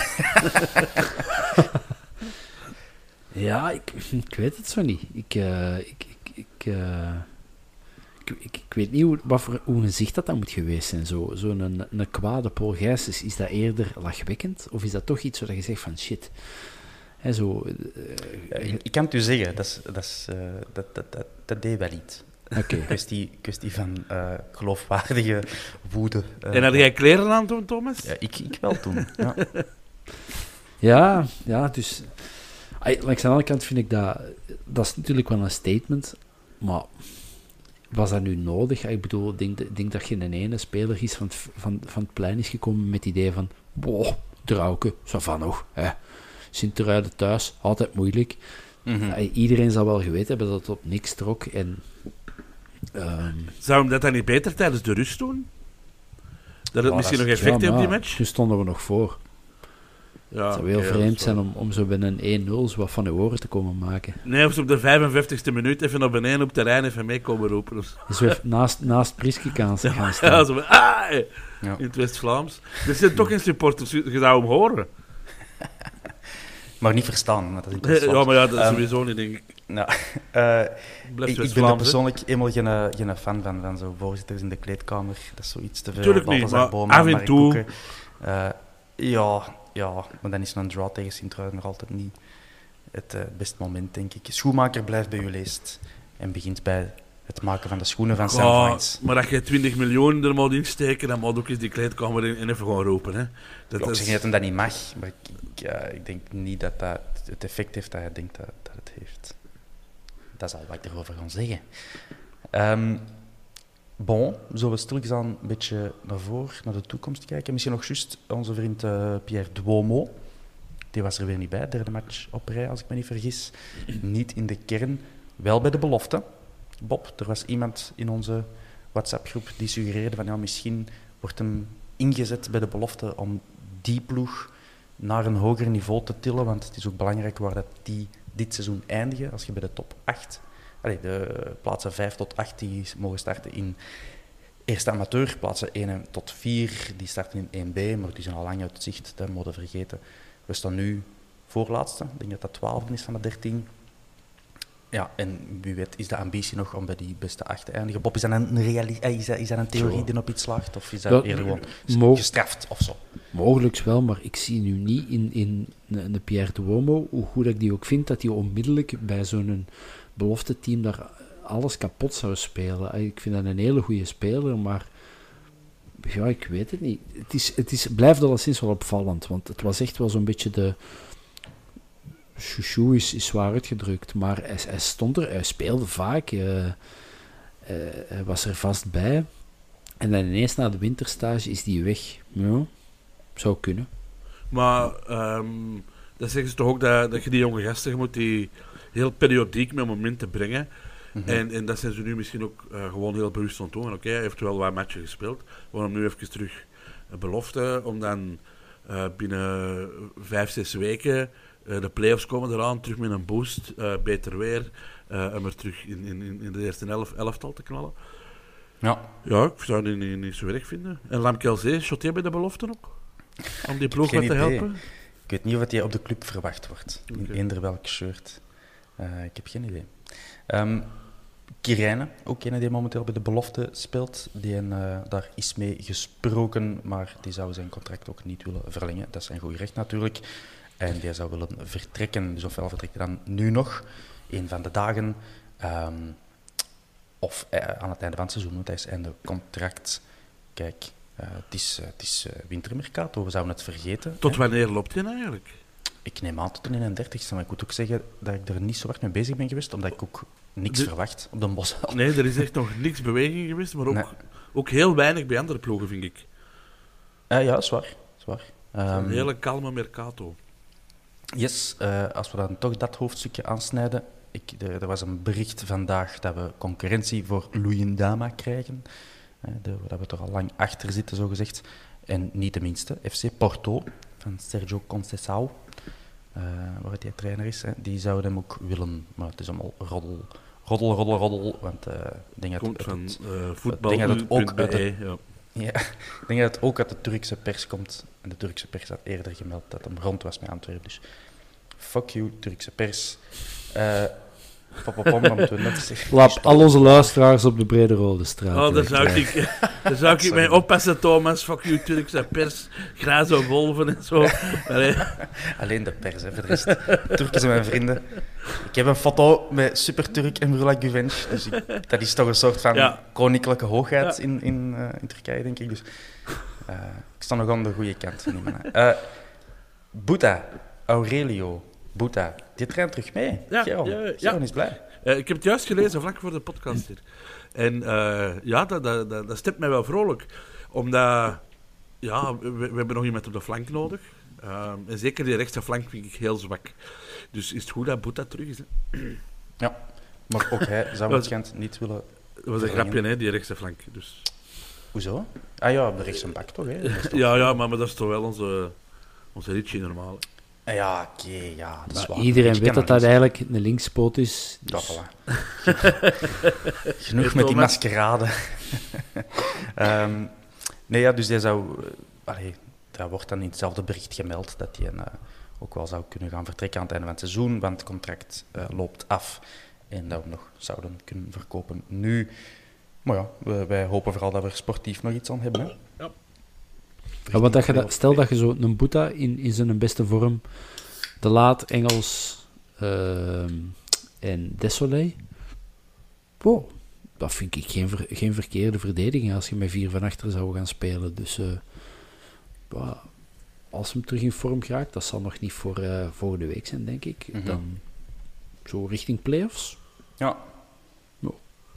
Ja, ik, ik weet het zo niet. Ik, uh, ik, ik, ik, uh, ik, ik, ik weet niet hoe, wat voor, hoe een gezicht dat, dat moet geweest zijn. Zo'n zo een, een kwade Paul Gijs, is, is dat eerder lachwekkend? Of is dat toch iets waar je zegt van shit... He, zo, uh, ja, ik, ik kan het u zeggen, dat, is, dat, is, uh, dat, dat, dat, dat deed wel iets. Okay. Kwestie, kwestie van uh, geloofwaardige woede. Uh, en had jij kleren aan toen, Thomas? Ja, ik, ik wel toen. Ja, ja, ja, dus... Langs de andere kant vind ik dat... Dat is natuurlijk wel een statement, maar... Was dat nu nodig? Ik bedoel, ik denk, denk dat geen ene speler is van het, van, van het plein is gekomen met het idee van... Boah, Drauke, zo van nog, hè. Sint-Truiden thuis, altijd moeilijk. Mm-hmm. Uh, iedereen zal wel geweten hebben dat het op niks trok. En, um, Zou hem dat dan niet beter tijdens de rust doen? Dat het ja, misschien dat nog effect heeft ja, op die match? Toen stonden we nog voor. Ja, het zou heel okay, vreemd zijn om, om zo binnen een één nul zo wat van de oren te komen maken. Nee, of ze op de vijfenvijftigste minuut even naar beneden op het terrein even mee komen roepen. Of dus we naast, naast Priske gaan staan. Ja, zo, ah, ja. In het West-Vlaams. Er zijn toch geen supporters, je zou hem horen. Maar niet verstaan, dat is interessant. Ja, maar ja, dat is um, sowieso niet, denk ik. Nou, uh, ik, ik ben er persoonlijk helemaal geen, geen fan van, van zo'n voorzitters in de kleedkamer. Dat is zoiets te veel. Tuurlijk niet, maar Boma, af en toe... Uh, ja, ja, maar dan is een draw tegen Sint-Truiden nog altijd niet het uh, beste moment, denk ik. Schoenmaker blijft bij uw leest en begint bij het maken van de schoenen van Sam Vines. Maar dat je twintig miljoen er moet insteken, dan moet ook eens die kleedkamer in en even gewoon roepen. Hè. Dat ik is... zeg niet dat hem dat niet mag, maar ik, ik, uh, ik denk niet dat dat het effect heeft dat hij denkt dat, dat het heeft. Dat is al wat ik erover ga zeggen. Um, bon, zullen we stilletjes een beetje naar voren, naar de toekomst kijken. Misschien nog juist onze vriend uh, Pierre Duomo. Die was er weer niet bij, derde match op rij, als ik me niet vergis. Niet in de kern, wel bij de belofte. Bob, er was iemand in onze WhatsApp-groep die suggereerde van ja, misschien wordt hem ingezet bij de belofte om die ploeg naar een hoger niveau te tillen, want het is ook belangrijk waar dat die dit seizoen eindigen. Als je bij de top acht, allez, de plaatsen vijf tot acht die mogen starten in eerste amateur, plaatsen één tot vier die starten in één B, maar die zijn al lang uit het zicht, dat moeten we vergeten. We staan nu voorlaatste, ik denk dat dat twaalfde is van de dertien. Ja, en wie weet is de ambitie nog om bij die beste acht te eindigen. Bob, is dat een, reali- is dat, is dat een theorie zo die op iets slaagt? Of is dat ja, eerder gewoon mo- gestraft of zo? Mogelijk wel, maar ik zie nu niet in, in een Pierre Duomo, hoe goed ik die ook vind, dat hij onmiddellijk bij zo'n belofte team daar alles kapot zou spelen. Ik vind dat een hele goede speler, maar Ja, ik weet het niet. Het, is, het is, blijft alleszins wel opvallend, want het was echt wel zo'n beetje de... Chouchou is, is zwaar uitgedrukt, maar hij, hij stond er, hij speelde vaak, uh, uh, hij was er vast bij. En dan ineens na de winterstage is die weg. Ja, zou kunnen. Maar um, dan zeggen ze toch ook dat, dat je die jonge gasten, je moet die heel periodiek met momenten brengen. Mm-hmm. En, en dat zijn ze nu misschien ook uh, gewoon heel bewust van doen. Oké, okay, hij heeft wel wat matchen gespeeld. We gaan hem nu even terug uh, belofte, om dan uh, binnen vijf, zes weken uh, de play-offs komen eraan, terug met een boost, uh, beter weer, uh, om er terug in, in, in de eerste elf, elftal te knallen. Ja. Ja, ik zou die niet, niet zo erg vinden. En Lamkelzee, shot jij bij de belofte ook? Om die ploeg wat te helpen? Ik weet niet of hij op de club verwacht wordt. In okay. eender welk shirt. Uh, ik heb geen idee. Um, Kirijnen, ook een die momenteel bij de belofte speelt. Die een, uh, daar is mee gesproken, maar die zou zijn contract ook niet willen verlengen. Dat is zijn goed recht natuurlijk. En die zou willen vertrekken. Dus ofwel vertrekt hij dan nu nog, een van de dagen... Um, Of uh, aan het einde van het seizoen, want hij is einde contract. Kijk, uh, het is, uh, het is uh, wintermercato, we zouden het vergeten. Tot hè? wanneer loopt hij eigenlijk? Ik neem aan tot de eenendertigste, maar ik moet ook zeggen dat ik er niet zo hard mee bezig ben geweest, omdat ik ook niks de... verwacht op de bos. Nee, er is echt nog niks beweging geweest, maar ook, nee. ook heel weinig bij andere ploegen, vind ik. Uh, ja, zwaar. zwaar. Um, een hele kalme mercato. Yes, uh, als we dan toch dat hoofdstukje aansnijden. Ik, er, er was een bericht vandaag dat we concurrentie voor Luyendama krijgen. Uh, de, dat we er al lang achter zitten, zogezegd. En niet de minste, F C Porto van Sergio Conceição, uh, waar hij trainer is. Hè. Die zouden hem ook willen, maar het is allemaal roddel, roddel, roddel, roddel. Want uh, ik denk dat komt het, van het, uh, voetbal. denk dat het ook uit de, ja. Ja, ik denk dat het ook uit de Turkse pers komt. En de Turkse pers had eerder gemeld dat hem rond was met Antwerpen. Dus fuck you, Turkse pers. Uh, pop, pop, pop, Lap al onze luisteraars op de Brede Rode Straat. Oh, daar zou ik, daar zou ik mee oppassen, Thomas. Fuck you, Turkse pers. Grazo wolven en zo. Allee. Alleen de pers, hè, voor de rest. Turken zijn mijn vrienden. Ik heb een foto met Super Turk en Brula Guvenc. Dus ik, dat is toch een soort van ja. koninklijke hoogheid ja. in, in, uh, in Turkije, denk ik. Dus uh, ik sta nog aan de goede kant van die mannen. Uh, Buta, Aurelio. Buta, die traint terug mee. Ja, Geron, ja, ja. Geron is blij. Uh, ik heb het juist gelezen, vlak voor de podcast hier. En uh, ja, dat, dat, dat, dat stemt mij wel vrolijk. Omdat, ja, we, we hebben nog iemand op de flank nodig. Uh, en zeker die rechtse flank vind ik heel zwak. Dus is het goed dat Buta terug is. Hè? Ja, maar ook hij zou waarschijnlijk niet willen... Dat was een grapje, hè, die rechtse flank. Dus. Hoezo? Ah ja, de rechtse bak toch, hè? Toch... Ja, ja, maar, maar dat is toch wel onze, onze Ritchie normaal. Ja, oké, okay, ja, dat is waar. Iedereen weet dat dat eigenlijk een linkspoot is. Dus... Ja, voilà. Genoeg met die maskerade. um, nee, ja, dus hij zou... Uh, allee, daar wordt dan in hetzelfde bericht gemeld dat hij uh, ook wel zou kunnen gaan vertrekken aan het einde van het seizoen, want het contract uh, loopt af en dat we nog zouden kunnen verkopen nu. Maar ja, wij, wij hopen vooral dat we er sportief nog iets aan hebben. Hè. Ja. Ja, want dat je dat, stel dat je zo een Buta in, in zijn beste vorm, De Laat, Engels uh, en Desolé. Wow, dat vind ik geen, ver, geen verkeerde verdediging als je met vier van achter zou gaan spelen. Dus uh, wow, als hem terug in vorm geraakt, dat zal nog niet voor uh, volgende week zijn, denk ik. Mm-hmm. Dan zo richting play-offs. Ja. No.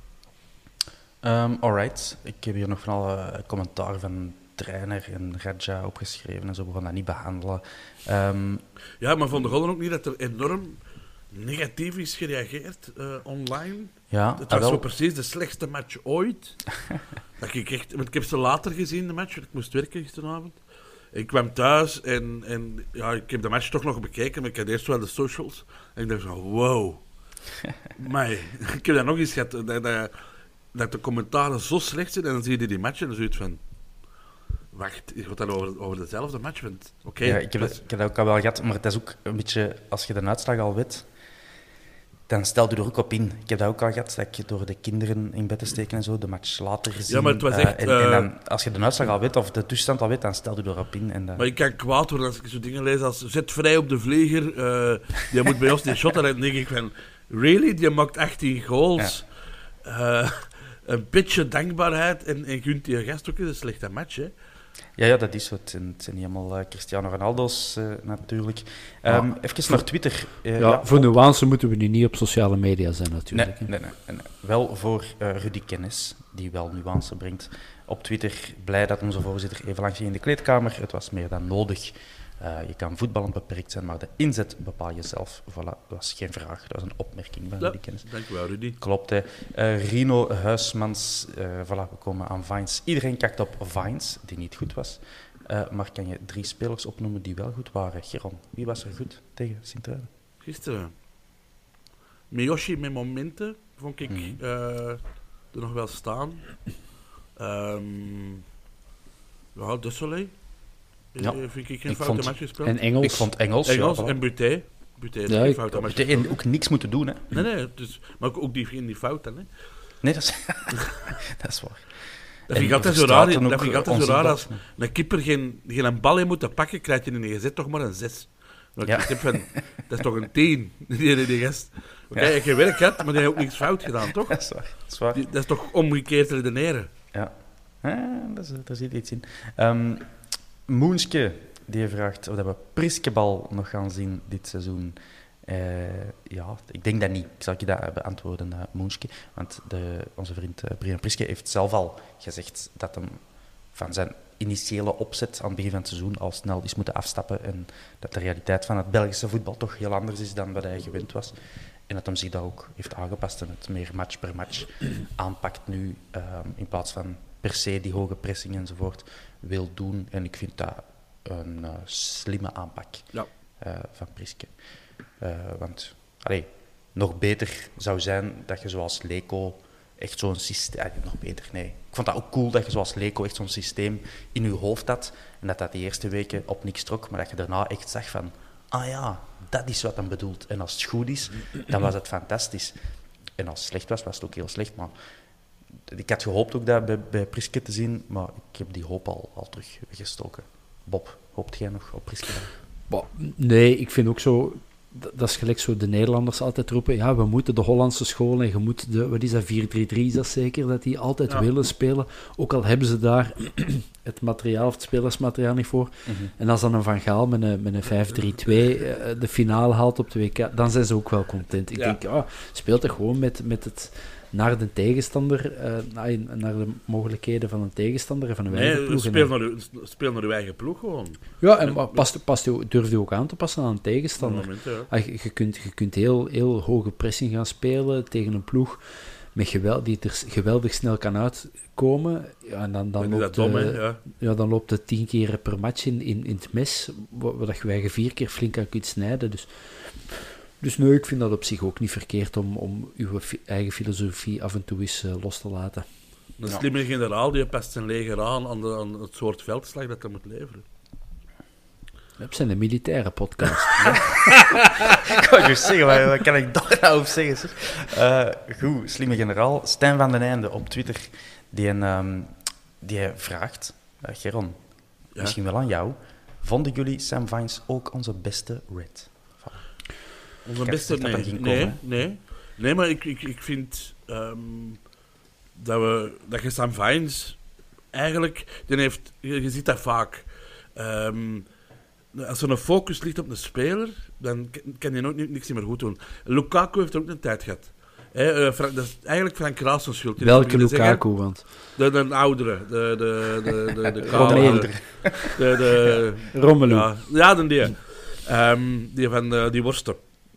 Um, alright, ik heb hier nog van alle commentaar van trainer en Raja opgeschreven en zo, we gaan dat niet behandelen. Um, ja, maar vond de Golden ook niet dat er enorm negatief is gereageerd uh, online? Ja, het was wel... zo precies de slechtste match ooit. dat ik, echt, want ik heb ze later gezien, de match, want ik moest werken gisteravond. Ik kwam thuis en, en ja, ik heb de match toch nog bekeken, maar ik had eerst wel de socials. En ik dacht zo, wow. Maar ik heb dat nog eens gehad, dat, dat, dat de commentaren zo slecht zijn en dan zie je die match en dan zoiets van... Wacht, je gaat dan over, over dezelfde match. Oké. Okay, ja, ik, heb, ik heb dat ook al wel gehad, maar het is ook een beetje... Als je de uitslag al weet, dan stel je er ook op in. Ik heb dat ook al gehad, dat ik door de kinderen in bed te steken en zo, de match later zien. Ja, maar het was echt... Uh, en, uh, en dan, als je de uitslag al weet, of de tussenstand al weet, dan stel je erop in. En dan... Maar ik kan kwaad worden als ik zo dingen lees als... Zet vrij op de vlieger, uh, die moet bij ons die shot. En dan denk ik van... Really? Die maakt achttien goals. Ja. Uh, een beetje dankbaarheid en, en gunt die gast ook eens een slechte match, hè. Ja, ja, dat is zo. Het zijn, het zijn niet allemaal uh, Cristiano Ronaldo's, uh, natuurlijk. Um, ja. Even naar Twitter. Uh, ja, ja, voor nuance moeten we nu niet op sociale media zijn, nee, natuurlijk. nee, nee, nee. Wel voor uh, Rudy Kennis, die wel nuance brengt. Op Twitter, blij dat onze voorzitter even lang ging in de kleedkamer. Het was meer dan nodig. Uh, je kan voetballend beperkt zijn, maar de inzet bepaal je zelf. Voilà, dat was geen vraag, dat was een opmerking van Ja, Rudy Kennis. dank u wel, Rudy. Klopt, hè. Uh, Rino Huismans, uh, voilà, we komen aan Vines. Iedereen kijkt op Vines, die niet goed was. Uh, maar kan je drie spelers opnoemen die wel goed waren? Geron, wie was er goed tegen Sint-Truiden? Gisteren. Miyoshi met momenten vond ik Mm-hmm. uh, er nog wel staan. Um, ja, De Soleil. Ja. Uh, vind ik geen Ik foute vond- match gespeeld. En Engels. Ik vond Engels, Engels ja, voilà. en Buté. Buté heeft Ja, geen ik- foute match En gespeeld. ook niks moeten doen, hè? Nee, nee, dus, maar ook, ook die, in die fouten. Hè. Nee, dat is, dat is waar. Dat vind ik En altijd zo Verstraeten raar. ook Dat vind ik altijd zo onzichtbaar. raar als een keeper geen, geen een bal heeft moeten pakken, krijgt hij in een gezet toch maar een zes. Want Ja. ik heb van, dat is toch een tien, die, die gast. Oké, Ja. je geen werk had, maar die heeft ook niks fout gedaan, toch? Dat is waar. Dat is waar. Die, dat is toch omgekeerd redeneren. Ja, ah, dat is, daar zit iets in. Um, Moenske, die vraagt of dat we Priskebal nog gaan zien dit seizoen. Uh, ja, ik denk dat niet. Ik zal je dat beantwoorden, uh, Moenske. Want de, onze vriend uh, Brian Priske heeft zelf al gezegd dat hem van zijn initiële opzet aan het begin van het seizoen al snel is moeten afstappen en dat de realiteit van het Belgische voetbal toch heel anders is dan wat hij gewend was. En dat hem zich daar ook heeft aangepast en het meer match per match aanpakt nu, um, in plaats van per se die hoge pressing enzovoort wil doen. En ik vind dat een uh, slimme aanpak Ja. uh, van Priske. Uh, want allee, nog beter zou zijn dat je zoals Leco echt zo'n systeem... Ah, nog beter, nee. Ik vond dat ook cool dat je zoals Leco echt zo'n systeem in je hoofd had en dat dat die eerste weken op niks trok, maar dat je daarna echt zag van ah ja, dat is wat hem bedoelt. En als het goed is, dan was het fantastisch. En als het slecht was, was het ook heel slecht. Maar ik had gehoopt ook dat bij, bij Priske te zien, maar ik heb die hoop al, al terug weggestoken. Bob, hoopt jij nog op Priske? Bah, nee, ik vind ook zo... Dat, dat is gelijk zo de Nederlanders altijd roepen. Ja, we moeten de Hollandse school en je moet de... Wat is dat, vier drie drie is dat zeker? Dat die altijd Ja. willen spelen. Ook al hebben ze daar het materiaal, of het spelersmateriaal niet voor. Mm-hmm. En als dan een Van Gaal met een, met een vijf drie twee uh, de finale haalt op de W K, dan zijn ze ook wel content. Ik Ja. denk, ja, speelt er gewoon met, met het... naar de tegenstander, uh, naar de mogelijkheden van een tegenstander en van een Nee, wijnploeg. speel naar, uw, speel naar uw eigen ploeg gewoon. Ja, en maar past, past je, durf je ook aan te passen aan een Op tegenstander. het moment, ja. Ah, je, je kunt, je kunt heel, heel hoge pressing gaan spelen tegen een ploeg met geweld, die er geweldig snel kan uitkomen. Ja, en dan, dan, Dan is loopt, dat dom, hè. eh, Ja. ja, dan loopt het tien keer per match in, in, in het mes, waar waar je eigen vier keer flink aan kunt snijden. Dus, dus nee, ik vind dat op zich ook niet verkeerd om, om uw fi- eigen filosofie af en toe eens uh, los te laten. Een Ja. slimme generaal die past zijn leger aan aan, de, aan het soort veldslag dat hij moet leveren. Dat zijn de militaire podcast. Ik wou juist zeggen, wat, wat kan ik daar nou op zeggen? Zeg? Uh, goed, slimme generaal. Stijn van den Einde op Twitter, die, een, um, die vraagt, uh, Geron, Ja. misschien wel aan jou, vonden jullie Sam Vines ook onze beste Red? Onze Ik beste... had gezegd dat Nee, dat ging nee, komen, nee. Nee, maar ik, ik, ik vind ehm, dat, we, dat je Sam Vines eigenlijk... Die heeft, je, je ziet dat vaak. Ehm, als er een focus ligt op een speler, dan kan- kan je nooit ni- niks meer goed doen. Lukaku heeft ook een tijd gehad. Hè, eh, Fra- dat is eigenlijk Frank Kraas zijn schuld. Die Welke heeft beginnen Lukaku? Want zeggen- De, de oudere. De, de, de, de, de, kale, Romelu. de, de, de, Romelu. ja, ja, dan die. Ehm, die van eh, die worsten.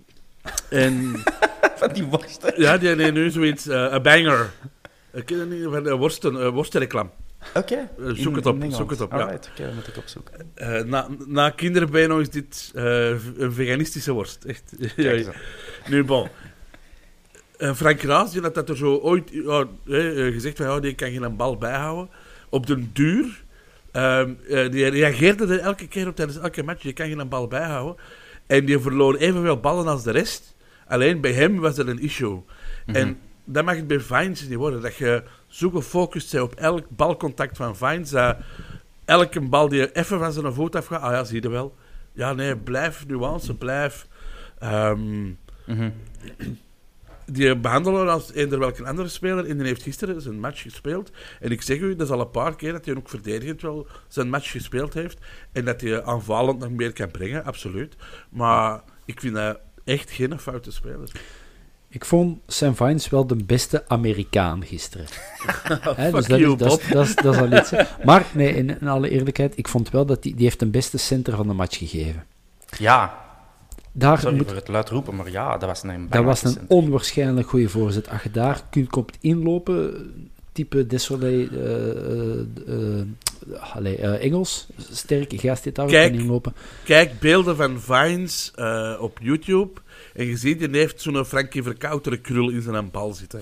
En Van die worsten. ja, die heeft nu zoiets, eh, een banger. Ik ken het niet, van uh, worsten, uh, worstenreclame. Oké. Uh, zoek het op, zoek het op, ja. Alright, oké, dat moet ik opzoeken. Uh, na, na kinderbijno is dit uh, een veganistische worst. Echt. Kijk eens aan. Nu, bon. Uh, Frank Raas, die had dat er zo ooit ja, uh, gezegd van, ja, die kan geen bal bijhouden. Op den duur, uh, uh, die reageerde er elke keer op tijdens elke match, je kan geen bal bijhouden. En die verloor evenveel ballen als de rest. Alleen bij hem was dat een issue. Mm-hmm. En dat mag het bij Vines niet worden. Dat je zo gefocust bent op elk balcontact van Vines, dat elke bal die even van zijn voet afgaat, ah ja, zie je wel. Ja, nee, blijf nuance, blijf... Um, Mm-hmm. die behandelen we als eender welke andere speler. En die heeft gisteren zijn match gespeeld. En ik zeg u, dat is al een paar keer dat hij ook verdedigend wel zijn match gespeeld heeft. En dat hij aanvallend nog meer kan brengen, absoluut. Maar ik vind dat echt geen foute speler. Ik vond Sam Vines wel de beste Amerikaan gisteren. He, dus Fuck dat, you, is, dat, is, dat, is, dat is al iets. Maar nee, in, in alle eerlijkheid, ik vond wel dat die, die heeft de beste center van de match gegeven. Ja, Daar sorry moet, voor het luid roepen, maar ja, dat was een dat was een center. onwaarschijnlijk goede voorzet. Als je daar kunt, komt inlopen, type Desolé, uh, uh, uh, allez, uh, Engels, sterke gast die daar ook kan inlopen. Kijk beelden van Vines uh, op YouTube en je ziet, die heeft zo'n Frankie Verkouteren krul in zijn bal zitten.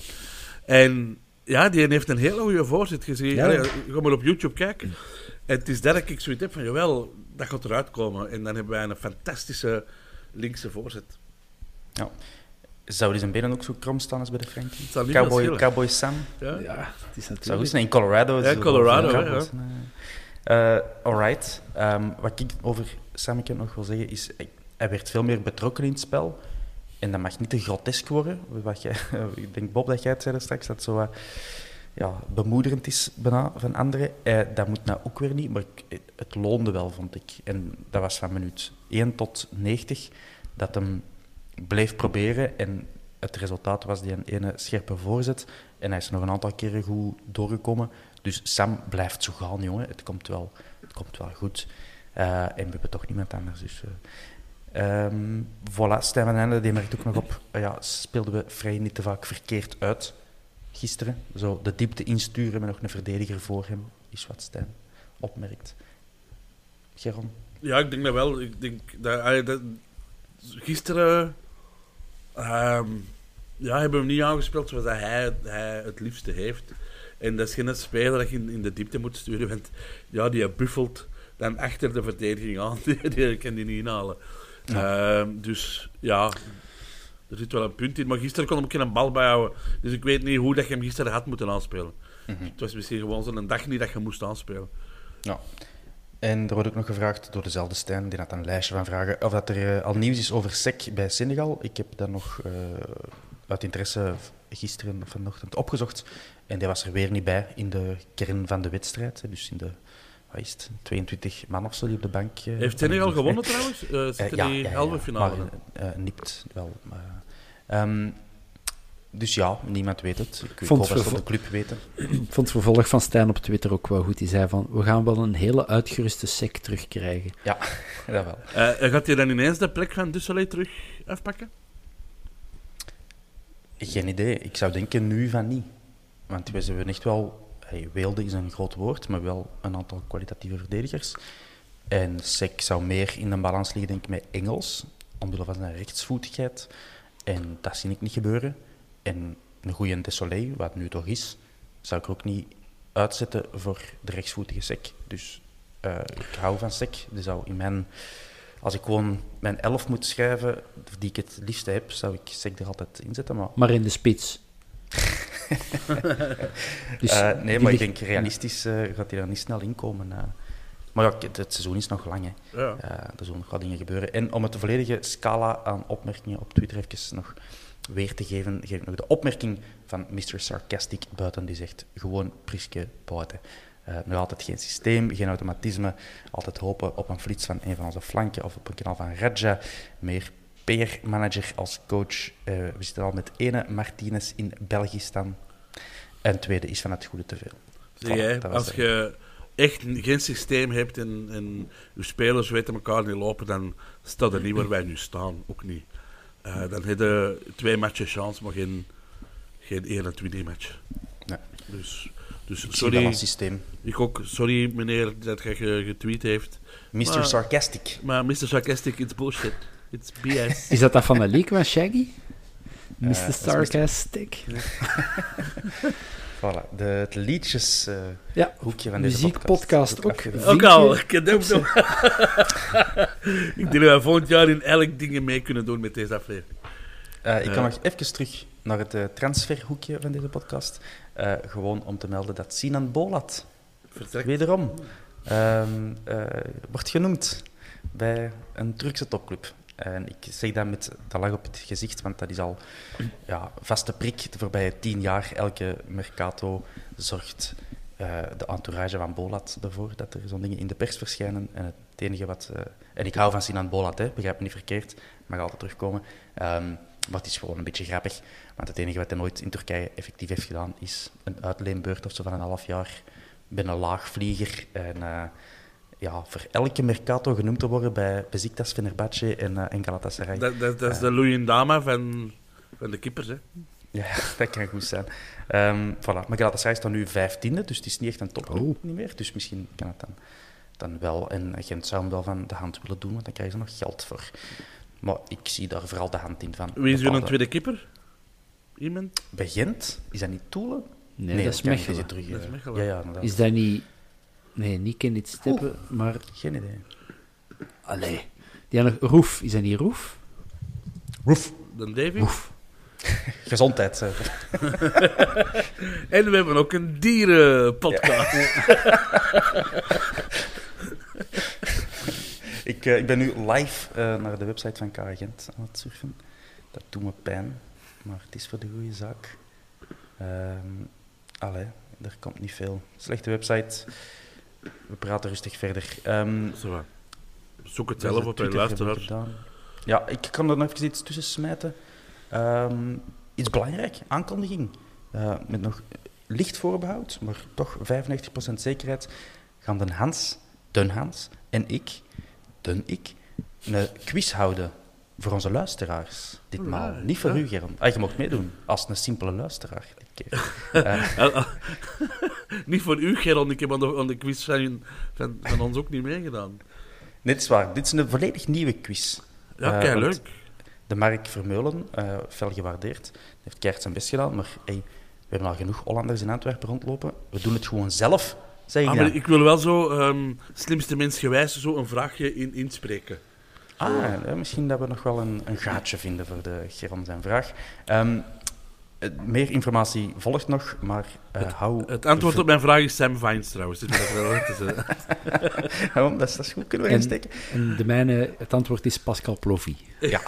En ja, die heeft een hele goede voorzet gezien. Ja. Allee, ga maar op YouTube kijken. En het is daar dat ik zoiets heb van, jawel, dat gaat eruit komen. En dan hebben wij een fantastische linkse voorzet. Ja. Zou die zijn benen ook zo krom staan als bij de Frankie? Het zal niet Cowboy, veel Cowboy Sam? Ja. Ja, het is Zou natuurlijk... goed zijn in Colorado. Ja, zo, Colorado, of, hè, Cowboys, uh, alright. Um, wat ik over Sammeke nog wil zeggen is, hij werd veel meer betrokken in het spel. En dat mag niet te grotesk worden. Wat jij, ik denk, Bob, dat jij het zei er straks, dat het zo uh, ja, bemoederend is bijna van anderen. Uh, dat moet nou ook weer niet, maar ik, het loonde wel, vond ik. En dat was van minuut één tot negentig, dat hem bleef proberen. En het resultaat was die een ene scherpe voorzet. En hij is nog een aantal keren goed doorgekomen. Dus Sam blijft zo gaan, jongen. Het komt wel, het komt wel goed. Uh, en we hebben toch niemand anders, dus... Uh, Um, voilà, Stijn van Ende, die merkt ook nog op, uh, ja, speelden we vrij niet te vaak verkeerd uit gisteren. Zo de diepte insturen met nog een verdediger voor hem, is wat Stijn opmerkt. Geron? Ja, ik denk dat wel. Ik denk dat, uh, dat gisteren uh, ja, hebben we hem niet aangespeeld zoals hij, hij het liefste heeft. En dat is geen speler dat je in, in de diepte moet sturen, want ja, die buffelt dan achter de verdediging aan. Die, die kan die niet inhalen. Ja. Uh, dus ja, er zit wel een punt in. Maar gisteren kon hem ook geen bal bijhouden. Dus ik weet niet hoe dat je hem gisteren had moeten aanspelen. Mm-hmm. Het was misschien gewoon zo'n dag niet dat je moest aanspelen. Ja. En er wordt ook nog gevraagd door dezelfde Stijn, die had een lijstje van vragen, of dat er uh, al nieuws is over S E C bij Senegal. Ik heb dat nog uh, uit interesse gisteren of vanochtend opgezocht. En die was er weer niet bij in de kern van de wedstrijd. Dus in de... Wat is het? tweeëntwintig man of zo die op de bank... Uh, Heeft Senegal gewonnen trouwens? Uh, zitten uh, ja, die ja, halve ja, finale? Maar, uh, nipt wel. Uh, um, dus ja, niemand weet het. Ik, ik vond hoop dat vervo- de club weten. Ik vond het vervolg van Stijn op Twitter ook wel goed. Die zei van, we gaan wel een hele uitgeruste S E C terugkrijgen. Ja, dat wel. Uh, gaat hij dan ineens de plek van Dussel terug afpakken? Geen idee. Ik zou denken nu van niet. Want we hebben echt wel... Hey, weelde is een groot woord, maar wel een aantal kwalitatieve verdedigers. En S E C zou meer in de balans liggen, denk ik, met Engels, omwille van zijn rechtsvoetigheid. En dat zie ik niet gebeuren. En een goede Desolé, wat nu toch is, zou ik ook niet uitzetten voor de rechtsvoetige S E C. Dus uh, ik hou van S E C. Dus zou in mijn, als ik gewoon mijn elf moet schrijven, die ik het liefste heb, zou ik S E C er altijd in zetten. Maar, maar in de spits. dus uh, nee, maar ik denk realistisch uh, gaat hij er niet snel in komen. Uh. Maar ja, het, het seizoen is nog lang. Hè. Ja. Uh, er zullen nog wat dingen gebeuren. En om het de volledige scala aan opmerkingen op Twitter even nog weer te geven, geef ik nog de opmerking van mister Sarcastic buiten. Die zegt gewoon Priske buiten. Uh, nog altijd geen systeem, geen automatisme. Altijd hopen op een flits van een van onze flanken of op een kanaal van Raja. Meer P R-manager als coach. Uh, we zitten al met ene Martinez in België staan. En tweede is van het goede te veel. Zie jij, voilà, als je echt geen systeem hebt en, en je spelers weten elkaar niet lopen, dan staat er niet waar wij nu staan. Ook niet. Uh, dan heb je twee matchen chance, maar geen, geen eenentwintig match. Nee. Dus, dus ik sorry. Een systeem. Ik ook. Sorry meneer dat je getweet heeft. mister Maar, Sarcastic. Maar mister Sarcastic, it's bullshit. It's B S. Is dat dat van de leak van Shaggy? mister Uh, Sarcastic. Voilà, de, het liedjes uh, ja, hoekje van deze muziekpodcast podcast. ook. Ook al, ik heb ook nog. Ik denk dat wij volgend jaar in elk dingen mee kunnen doen met deze aflevering. Uh, ik kan uh, nog even terug naar het uh, transferhoekje van deze podcast. Uh, gewoon om te melden dat Sinan Bolat Vertrekt. wederom uh, uh, wordt genoemd bij een Turkse topclub. En ik zeg dat met de lach op het gezicht, want dat is al ja, vaste prik. De voorbije tien jaar, elke Mercato zorgt uh, de entourage van Bolat ervoor dat er zo'n dingen in de pers verschijnen. En het enige wat... Uh, en ik hou van Sinan Bolat, hè, begrijp me niet verkeerd, mag altijd terugkomen. Um, maar het is gewoon een beetje grappig. Want het enige wat hij nooit in Turkije effectief heeft gedaan, is een uitleenbeurt of zo van een half jaar. Ik ben een laagvlieger en... Uh, ja, voor elke Mercato genoemd te worden bij Besiktas, Fenerbahce en, uh, en Galatasaray. Dat, dat, dat is uh, de Luyendama van, van de kippers, hè? Ja, dat kan goed zijn. Um, voilà. Maar Galatasaray staat nu vijftiende, dus het is niet echt een topclub oh. niet meer. Dus misschien kan het dan, dan wel. En Gent zou hem wel van de hand willen doen, want dan krijgen ze nog geld voor. Maar ik zie daar vooral de hand in van. Wie is bepaalde... een tweede kipper? Iemand? Bij Gent? Is dat niet Toelen? Nee, nee dat is Mechelen. Terug, dat is Mechelen. Ja, ja, inderdaad. Is dat niet... Nee, niet Kenneth Steppen, maar... Geen idee. Allee. Die nog... Roef. Is dat niet Roef? Roef. Dan Davy. Roef. Gezondheid. En we hebben ook een dierenpodcast. Ja. ik, uh, ik ben nu live uh, naar de website van K A Gent aan het surfen. Dat doet me pijn, maar het is voor de goede zaak. Uh, allee, er komt niet veel. Slechte website. We praten rustig verder. Um, Zo, zoek het zelf op en luister. Ja, ik kan er nog even iets tussen smijten. Um, iets belangrijk, aankondiging. Uh, met nog licht voorbehoud, maar toch vijfennegentig procent zekerheid, gaan de Hans, Den Hans en ik, den ik, een quiz houden voor onze luisteraars. Ditmaal. Right. Niet voor ja. u, Geron. Ah, je mocht meedoen, als een simpele luisteraar. Uh, niet voor u, Geron. Ik heb aan de, aan de quiz van, van, van ons ook niet meegedaan. Nee, het is waar. Dit is een volledig nieuwe quiz. Ja, kei uh, leuk. De Mark Vermeulen, uh, fel gewaardeerd, heeft keihard zijn best gedaan, maar hey, we hebben al genoeg Hollanders in Antwerpen rondlopen. We doen het gewoon zelf, zeg ik ah, dan. maar ik wil wel zo, um, slimste mens gewijs, zo een vraagje in, inspreken. Ah, ja, misschien dat we nog wel een, een gaatje vinden voor de Geron zijn vraag. Um, meer informatie volgt nog, maar uh, het, hou... Het antwoord ver... op mijn vraag is Sam Vines, trouwens. Dat is wel ja, dat, is, dat is goed, kunnen we insteken. En de mijne, het antwoord is Pascal Plovy. Ja.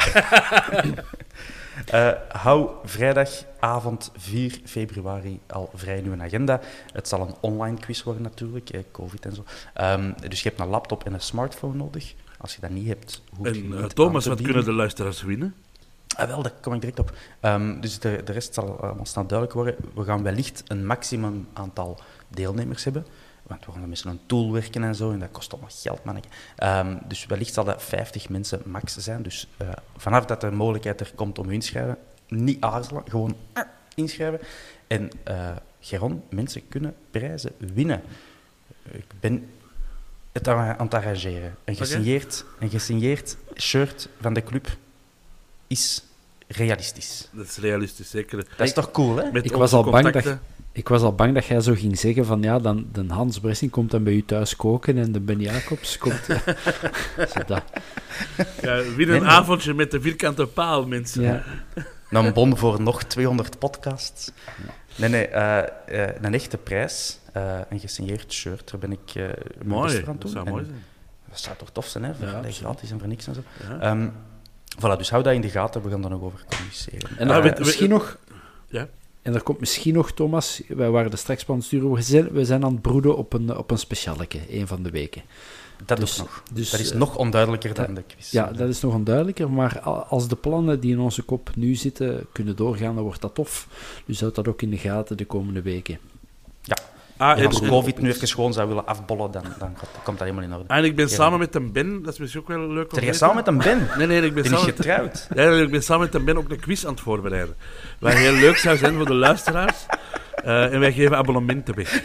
uh, hou vrijdagavond vier februari al vrij in uw agenda. Het zal een online quiz worden natuurlijk, eh, COVID en zo. Um, dus je hebt een laptop en een smartphone nodig. Als je dat niet hebt, hoef je en, niet uh, aan Thomas, te wat bieden. kunnen de luisteraars winnen? Ah, wel, daar kom ik direct op. Um, dus de, de rest zal allemaal snel duidelijk worden. We gaan wellicht een maximum aantal deelnemers hebben. Want we gaan dan met zo'n tool werken en zo, en dat kost allemaal geld, manneke. Um, dus wellicht zal dat vijftig mensen max zijn. Dus uh, vanaf dat de mogelijkheid er komt om u inschrijven, niet aarzelen, gewoon uh, inschrijven. En uh, Geron, mensen kunnen prijzen winnen. Ik ben het aan het arrangeren. Een gesigneerd, okay. een gesigneerd shirt van de club is realistisch. Dat is realistisch, zeker. Dat is toch cool, hè? Met ik, was al bang dat, ik was al bang dat jij zo ging zeggen van ja, dan de Hans Bressing komt dan bij u thuis koken en de Ben Jacobs komt... Ja. dat. Ja, win een nee, avondje met de vierkante paal, mensen. Ja. Een bon voor nog tweehonderd podcasts. Nee, nee, uh, uh, een echte prijs. Uh, een gesigneerd shirt, daar ben ik uh, mooi, aan dat zou en mooi zijn. Dat zou toch tof zijn, hè? Voor ja, gratis en voor niks en zo. Ja. Um, voilà, dus hou dat in de gaten, we gaan daar nog over communiceren. En dan uh, uh, misschien we, nog... Ja? En er komt misschien nog, Thomas, wij waren er straks van het sturen, we zijn, we zijn aan het broeden op een, op een specialeke, een van de weken. Dat dus, is nog. Dus, dat is uh, nog onduidelijker dan de quiz. Ja, dat is nog onduidelijker, maar als de plannen die in onze kop nu zitten kunnen doorgaan, dan wordt dat tof. Dus houd dat ook in de gaten de komende weken. Ja. Ah, en als COVID nu even gewoon zou willen afbollen, dan, dan komt dat helemaal in orde. En ik ben ja. samen met een Ben, dat is misschien ook wel leuk om Zeg je samen met een Ben? Nee, nee, ik ben, ben samen je getrouwd? Met, ja, ik ben samen met een Ben ook een quiz aan het voorbereiden. Wat heel leuk zou zijn voor de luisteraars. Uh, en wij geven abonnementen weg.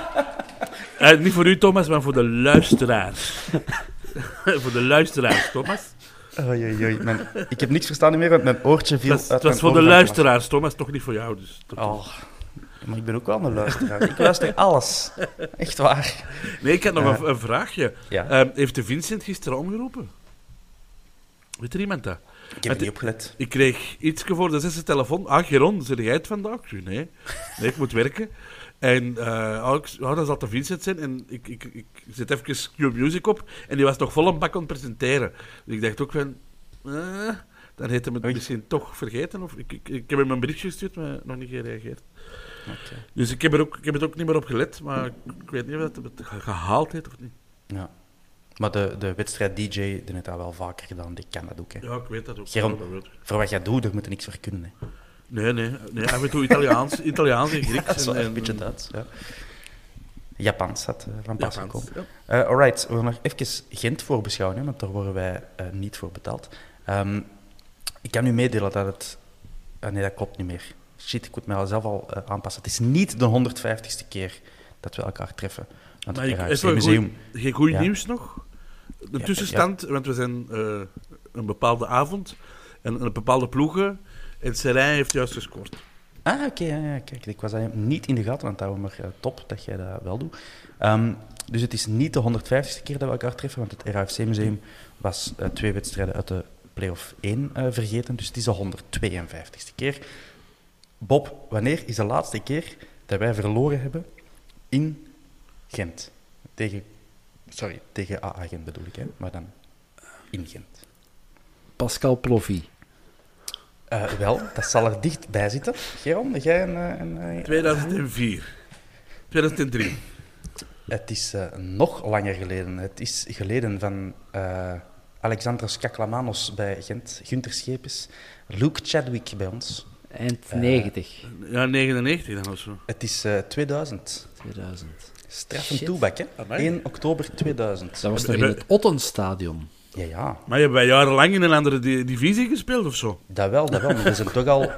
Uh, niet voor u, Thomas, maar voor de luisteraars. voor de luisteraars, Thomas. Oei, oei, oei. Mijn, ik heb niks verstaan meer, want mijn oortje viel was, uit Het was mijn voor de luisteraars, was. Thomas, toch niet voor jou. Dus oh, maar ik ben ook wel een luisteraar. Ik luister alles. Echt waar. Nee, ik had nog uh, een, een vraagje. Ja. Uh, heeft de Vincent gisteren omgeroepen? Weet er iemand dat? Ik heb er niet opgelet. Ik kreeg iets voor de zesde telefoon. Ah, Geron, zeg jij het vandaag? Nee, nee, ik moet werken. En uh, oh, oh, dan zal de Vincent zijn. En ik, ik, ik zet even Q Music op. En die was nog vol een bak aan het presenteren. Dus ik dacht ook van... Uh, dan heeft hij het Oei. misschien toch vergeten. Of ik, ik, ik heb hem een berichtje gestuurd, maar nog niet gereageerd. Okay. Dus ik heb, er ook, ik heb het ook niet meer op gelet, maar ik, ik weet niet of hij het gehaald heeft of niet. Ja. Maar de, de wedstrijd-D J, die heeft dat wel vaker gedaan, die kan dat ook. Hè. Ja, ik weet dat ook. Geron, Ja, dat weet ik. voor wat jij doet, daar moet je niks voor kunnen. Hè. Nee, nee, nee. Af en toe Italiaans, Italiaans en Grieks. Ja, zo, en, een beetje Duits. Ja. Japans had uh, van pas Japans, gekomen. ja. Uh, alright, we gaan nog even Gent voorbeschouwen, hè, want daar worden wij uh, niet voor betaald. Um, ik kan u meedelen dat het... Uh, nee, dat klopt niet meer. Shit, ik moet mij zelf al uh, aanpassen. Het is niet de honderdvijftigste keer dat we elkaar treffen. Want Maar het ik, R A F is er Museum... goeie, geen goed Ja. nieuws nog? De Ja, tussenstand, want we zijn uh, een bepaalde avond en een bepaalde ploegen en Serijn heeft juist gescoord. Ah, oké. Okay, ja, ja, kijk, ik was dat niet in de gaten, want dat was maar uh, top dat jij dat wel doet. Um, dus het is niet de honderdvijftigste keer dat we elkaar treffen, want het R A F C-museum was uh, twee wedstrijden uit de play-off één uh, vergeten, dus het is de honderdtweeënvijftigste keer. Bob, wanneer is de laatste keer dat wij verloren hebben in Gent? Tegen, sorry, tegen A A Gent bedoel ik, hè? Maar dan in Gent. Pascal Plovy. Uh, wel, dat zal er dichtbij zitten. Geron, jij een... een, een tweeduizend vier. tweeduizend drie. Het is uh, nog langer geleden. Het is geleden van uh, Alexandros Kaklamanos bij Gent, Gunther Schepens, Luke Chadwick bij ons. Eind Uh, negentig. Ja, negenennegentig dan of zo. Het is uh, tweeduizend. tweeduizend. Straf en Shit. toebak, hè? Amai. één oktober tweeduizend. Dat was nog in Hebben- het Ottenstadion. Ja, ja, Maar hebben wij jarenlang in een andere di- divisie gespeeld of zo? dat wel, dat wel. Maar er zijn toch al,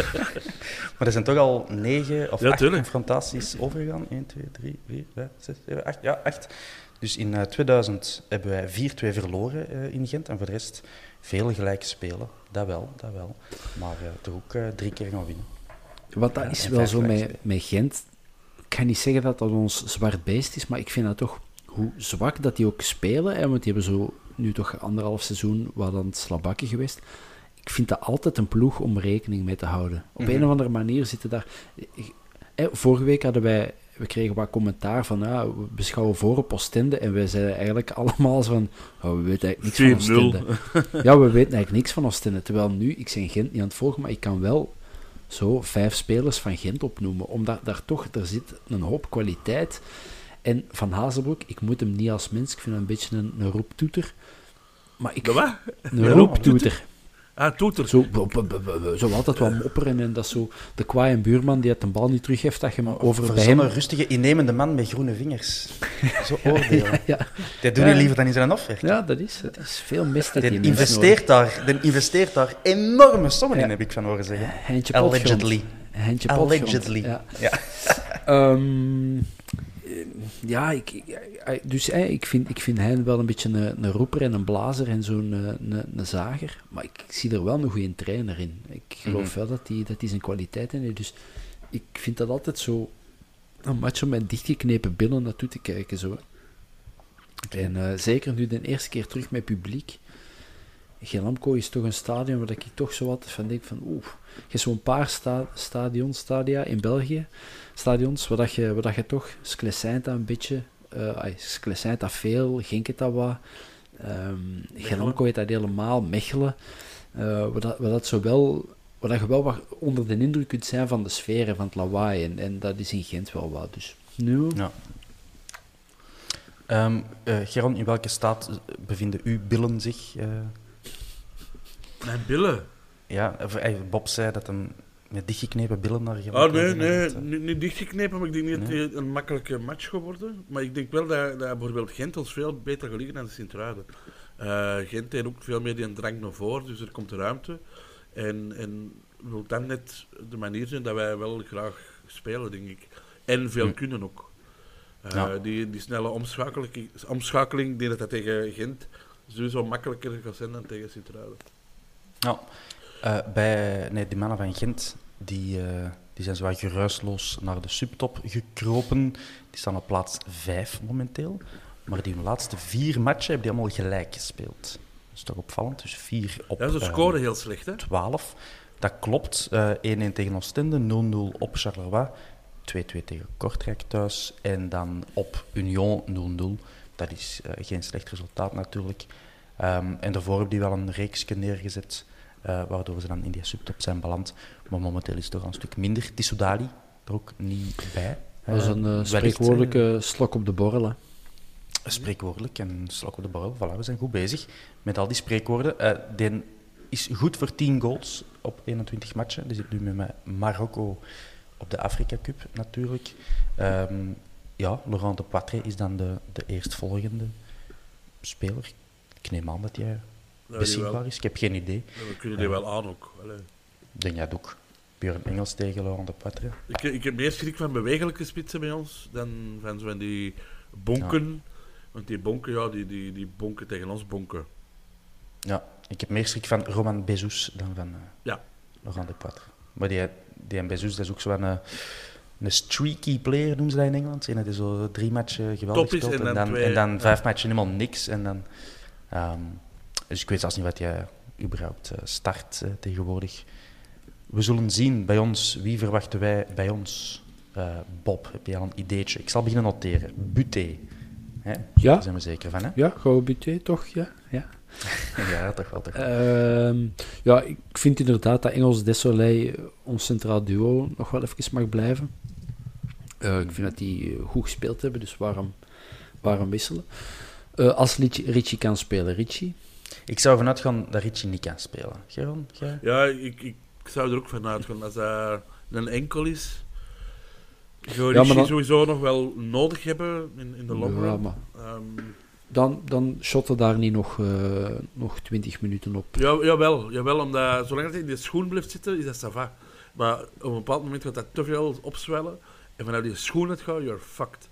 maar er zijn toch al negen of Ja, acht tuurlijk. confrontaties overgegaan. één, twee, drie, vier, vijf, zes, zeven, acht. Ja, acht. Dus in uh, tweeduizend hebben wij vier twee verloren uh, in Gent. En voor de rest veel gelijke spelen. Dat wel, dat wel. Maar uh, toch ook uh, drie keer gaan winnen. Want dat Ja, is en wel vijf zo gelijke met, met Gent. Ik ga niet zeggen dat dat ons zwart beest is, maar ik vind dat toch hoe zwak dat die ook spelen. Hè, want die hebben zo nu toch anderhalf seizoen wat aan het slabakken geweest. Ik vind dat altijd een ploeg om rekening mee te houden. Op Mhm. een of andere manier zitten daar... Hè, vorige week hadden wij... We kregen wat commentaar van, ja, we beschouwen voor op Oostende. En wij zeiden eigenlijk allemaal zo van, oh, we weten eigenlijk niks van vier nul. Oostende. Ja, we weten eigenlijk niks van Oostende. Terwijl nu, ik ben Gent niet aan het volgen, maar ik kan wel zo vijf spelers van Gent opnoemen. Omdat daar toch, er zit een hoop kwaliteit. En Van Hazenbroek, ik moet hem niet als mens, ik vind hem een beetje een, een roeptoeter. Maar ik, De wat? een Ja, roeptoeter. Ah, toeter. Zo, b- b- b- b- zo altijd wat mopperen en dat zo de kwaaie buurman die het de bal niet teruggeeft, dat je hem over Voor bij hem... zo'n rustige, innemende man met groene vingers. Zo oordelen. Ja, Dat doe je Ja. liever dan in zijn afwerking. ja, dat is, dat is veel mist dat die Die mensen investeert, daar, die investeert daar enorme sommen in, Ja. heb ik van horen zeggen. nodig. Handje potgrond. Allegedly. Handje potgrond, Allegedly. ja. Ja. Ehm, eh, ja, ik, ik- eh, dus eh, ik, vind, ik vind hij wel een beetje een, een roeper en een blazer en zo'n eh, een, een zager. Maar ik, ik zie er wel een goede trainer in. Ik geloof Mhm. wel dat hij dat die zijn kwaliteit in heeft. Dus ik vind dat altijd zo een match om met dichtgeknepen billen naartoe te kijken. Zo. En eh, zeker nu de eerste keer terug met publiek. Gelamco is toch een stadion waar ik toch zo wat van denk van oeh, je hebt zo'n paar sta stadions, stadia in België, stadions, waar dat je, waar dat je toch Sclesijnt een beetje, uh, Sclesijnt dat veel, Genk het dat wat, um, Gelamco heeft dat helemaal, Mechelen, uh, waar, dat, waar dat zo wel, waar dat je wel wat onder de indruk kunt zijn van de sfeer en van het lawaai, en, en dat is in Gent wel wat, dus nu... Ja. Um, uh, Geron, in welke staat bevinden uw billen zich? Uh, Mijn billen. ja, uh, Bob zei dat hem met dichtgeknepen billen naar Geron Oh nee, kwam, nee, dat, uh, niet, niet dichtgeknepen, maar ik denk niet dat Nee. het een makkelijke match geworden. Maar ik denk wel dat, dat bijvoorbeeld Gent ons veel beter gelegen dan de Sint-Truiden. Uh, Gent heeft ook veel meer die drang naar voren, dus er komt ruimte. En, en wil dan net de manier zijn dat wij wel graag spelen, denk ik. En veel Hm. kunnen ook. Uh, Ja. die, die snelle omschakeling, omschakeling, ik denk dat dat tegen Gent sowieso makkelijker gaat zijn dan tegen Sint-Truiden. Ja. Uh, bij, nee, die mannen van Gent, die, uh, die zijn zwaar geruisloos naar de subtop gekropen. Die staan op plaats vijf momenteel. Maar die laatste vier matchen hebben die allemaal gelijk gespeeld. Dat is toch opvallend. Dus vier op Ja, ze uh, scoren heel slecht, hè? twaalf. Dat klopt. Uh, één-één tegen Oostende, nul nul op Charleroi, twee-twee tegen Kortrijk thuis. En dan op Union nul nul. Dat is uh, geen slecht resultaat natuurlijk. Um, en daarvoor hebben die wel een reeksje neergezet, uh, waardoor ze dan in die subtop zijn beland. Maar momenteel is het toch een stuk minder. Tissoudali er ook niet bij. Dat is een uh, spreekwoordelijke slok op de borrel. Hè. Spreekwoordelijk en slok op de borrel. Voilà, we zijn goed bezig met al die spreekwoorden. Uh, die is goed voor tien goals op eenentwintig matchen. Die zit nu met Marokko op de Afrika Cup natuurlijk. Um, ja, Laurent de Poitre is dan de, de eerstvolgende speler. Ik neem aan dat jij ja, beschikbaar is. Ik heb geen idee. Ja, we kunnen die uh, wel aan ook. Allee. Denk jij ook. Björn Engels tegen Laurent de Poitre. Ik, ik heb meer schrik van bewegelijke spitsen bij ons dan van, van die bonken. Ja. Want die bonken, ja, die, die, die bonken tegen ons bonken. Ja, ik heb meer schrik van Romain Bezous dan van uh, ja. Laurent de Poitre. Maar die, die Bezous, dat is ook zo'n uh, een streaky player, noemen ze dat in Engeland. En dat is zo drie matchen geweldig gespeeld en, en, dan, twee, en dan vijf ja. matchen helemaal niks. En dan, um, dus ik weet zelfs niet wat jij überhaupt uh, start uh, tegenwoordig. We zullen zien bij ons, wie verwachten wij bij ons? Uh, Bob, heb je al een ideetje? Ik zal beginnen noteren. Buté. Hè? Ja. Daar zijn we zeker van, hè? Ja, Gouwe Buté, toch? Ja. ja. ja, toch wel. Toch wel. Uh, ja, ik vind inderdaad dat Engels Desolé ons centraal duo nog wel even mag blijven. Uh, ik vind dat die goed gespeeld hebben, dus waarom, waarom wisselen? Uh, als Richie, Richie kan spelen, Richie? Ik zou ervan uitgaan dat Richie niet kan spelen. Geron, jij? Ja, ik, ik zou er ook van uitgaan. Als hij een enkel is, zou Richie ja, dan... sowieso nog wel nodig hebben in, in de long run. Ja, maar... um, Dan, dan shotten daar niet nog, uh, nog twintig minuten op. Ja, jawel, jawel, omdat zolang hij in die schoen blijft zitten, is dat ça va. Maar op een bepaald moment gaat dat te veel opzwellen. En vanuit die schoen het gaat, you're fucked.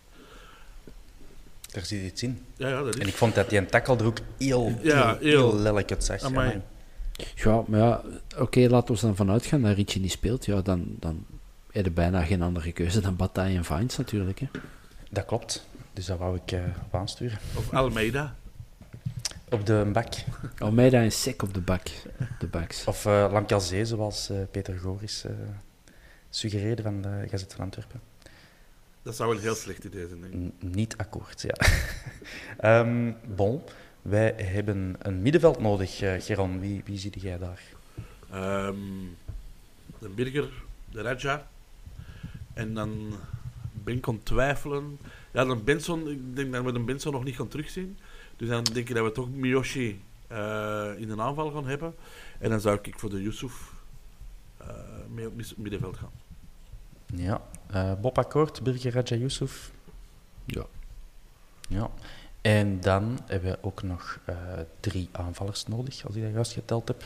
Daar zit iets in. Ja, ja, dat is. En ik vond dat die een tackle er ook heel, ja, heel, heel lelijk uit zag. Ja, ja, maar ja, oké, okay, laten we dan vanuit gaan dat Richie niet speelt. Ja, dan, dan heb je bijna geen andere keuze dan Bataille en Vines natuurlijk. Hè. Dat klopt. Dus dat wou ik uh, op aansturen. Of Almeida. Op de bak. Almeida en Sek op de bak. De baks. Of uh, Lamkelzee, zoals uh, Peter Goris uh, suggereerde van de Gazet van Antwerpen. Dat zou wel een heel slecht idee zijn, denk ik. N- niet akkoord, ja. um, bon, wij hebben een middenveld nodig, uh, Geron. Wie, wie zie jij daar? Um, de Birger, de Raja. En dan ben ik aan twijfelen. Ja, dan Benson, ik denk dat we de Benson nog niet gaan terugzien. Dus dan denk ik dat we toch Miyoshi uh, in de aanval gaan hebben. En dan zou ik voor de Yusuf uh, mee op middenveld gaan. Ja, uh, Bob akkoord, Birger Raja Yusuf. Ja. Ja. En dan hebben we ook nog uh, drie aanvallers nodig, als ik dat juist geteld heb.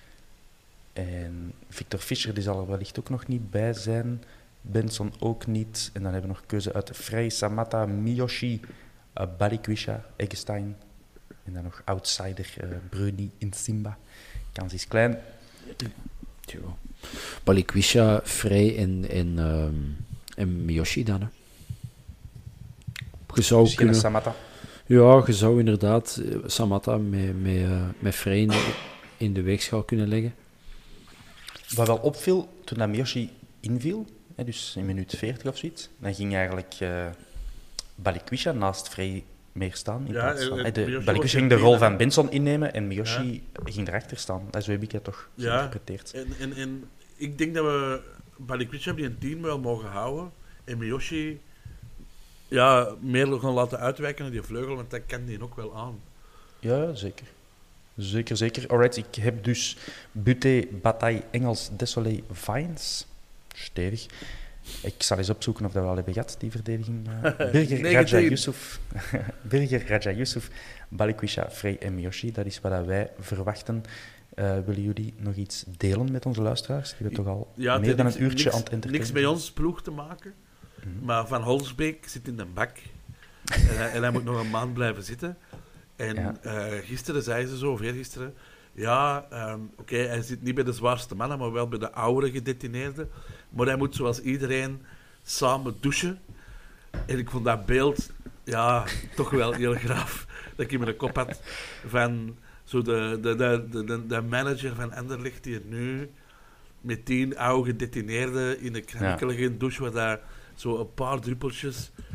En Victor Fischer die zal er wellicht ook nog niet bij zijn. Benson ook niet. En dan hebben we nog keuze uit Frey, Samatta, Miyoshi, uh, Balikwisha, Eggestein. En dan nog outsider uh, Bruni in Simba. Kans is klein. Ja. Balikwisha, Frey en, en, um, en Miyoshi dan. Hè. Je zou dus kunnen... Samatta. Ja, je zou inderdaad Samatta met, met, uh, met Frey in de, in de weegschaal kunnen leggen. Wat wel opviel, toen dat Miyoshi inviel, hè, dus in minuut veertig of zoiets, dan ging eigenlijk uh, Balikwisha naast Frey meer staan. In ja, plaats van, uh, hè, de, Balikwisha ging de rol van Benson innemen en Miyoshi ja. ging erachter staan. Dat zo heb ik het toch ja. geïnterpreteerd. En, en, en ik denk dat we Balikwisha die een team wel mogen houden en Miyoshi ja, meer gaan laten uitwijken naar die vleugel, want dat kan die ook wel aan. Ja, zeker. Zeker, zeker. Alright, ik heb dus Buté, Bataille, Engels, Desolé, Vines. Stevig. Ik zal eens opzoeken of dat we al hebben gehad, die verdediging. Uh, Birger, Raja Yusuf, Birger, Raja Yusuf, Balikwisha, Frey en Miyoshi. Dat is wat wij verwachten. Uh, willen jullie nog iets delen met onze luisteraars? Die hebben toch al ja, meer dan een uurtje niks, aan het entertainen. Niks met ons ploeg te maken. Mm-hmm. Maar Van Holsbeek zit in de bak. en, hij, en hij moet nog een maand blijven zitten. En ja. uh, gisteren zei ze zo, of eergisteren... Ja, um, oké, okay, hij zit niet bij de zwaarste mannen, maar wel bij de oudere gedetineerden. Maar hij moet zoals iedereen samen douchen. En ik vond dat beeld, ja, toch wel heel graaf. Dat ik in mijn kop had van zo de, de, de, de, de manager van Anderlecht die er nu met tien oude gedetineerden in een krankelige ja. douche, waar daar zo een paar druppeltjes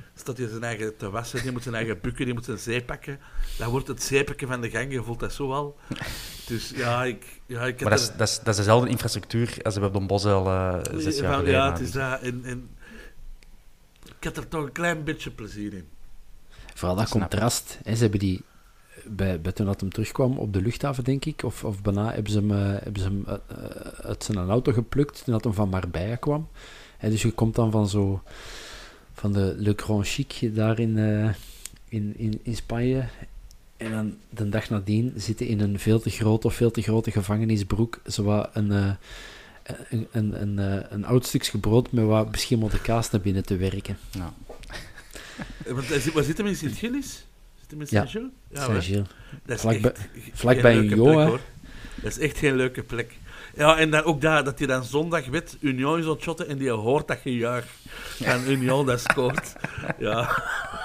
staat hij zijn eigen te wassen, die moet zijn eigen bukken, die moet zijn zee pakken. Dan wordt het zeepakken van de gang, je voelt dat zo al. Dus ja, ik... Ja, ik maar dat is, dat, is, dat is dezelfde infrastructuur als we op Don Bosel uh, zes jaar geleden. Ja, het is dat. En, en, ik had er toch een klein beetje plezier in. Vooral dat contrast. Hè, ze hebben die... Bij, bij toen dat hem terugkwam op de luchthaven, denk ik, of, of bijna, hebben ze hem, uh, hebben ze hem uh, uit zijn auto geplukt toen dat hem van Marbella kwam. En dus je komt dan van zo... van de Le Grand Chic daar in, uh, in, in, in Spanje. En dan de dag nadien zitten in een veel te grote of veel te grote gevangenisbroek zowat een, uh, een, een, een, uh, een oud stukje brood met wat beschimmelde kaas naar binnen te werken. Ja. Waar zit hem in Sint-Gilles? Zit hem in Saint-Gilles? Ja, Saint-Gilles. Vlakbij vlak bij Union, hè. Dat is echt geen leuke plek. Ja, en dan ook daar, dat je dan zondag weet, Union is ontschotten en die hoort dat gejuich van Union dat scoort. Ja.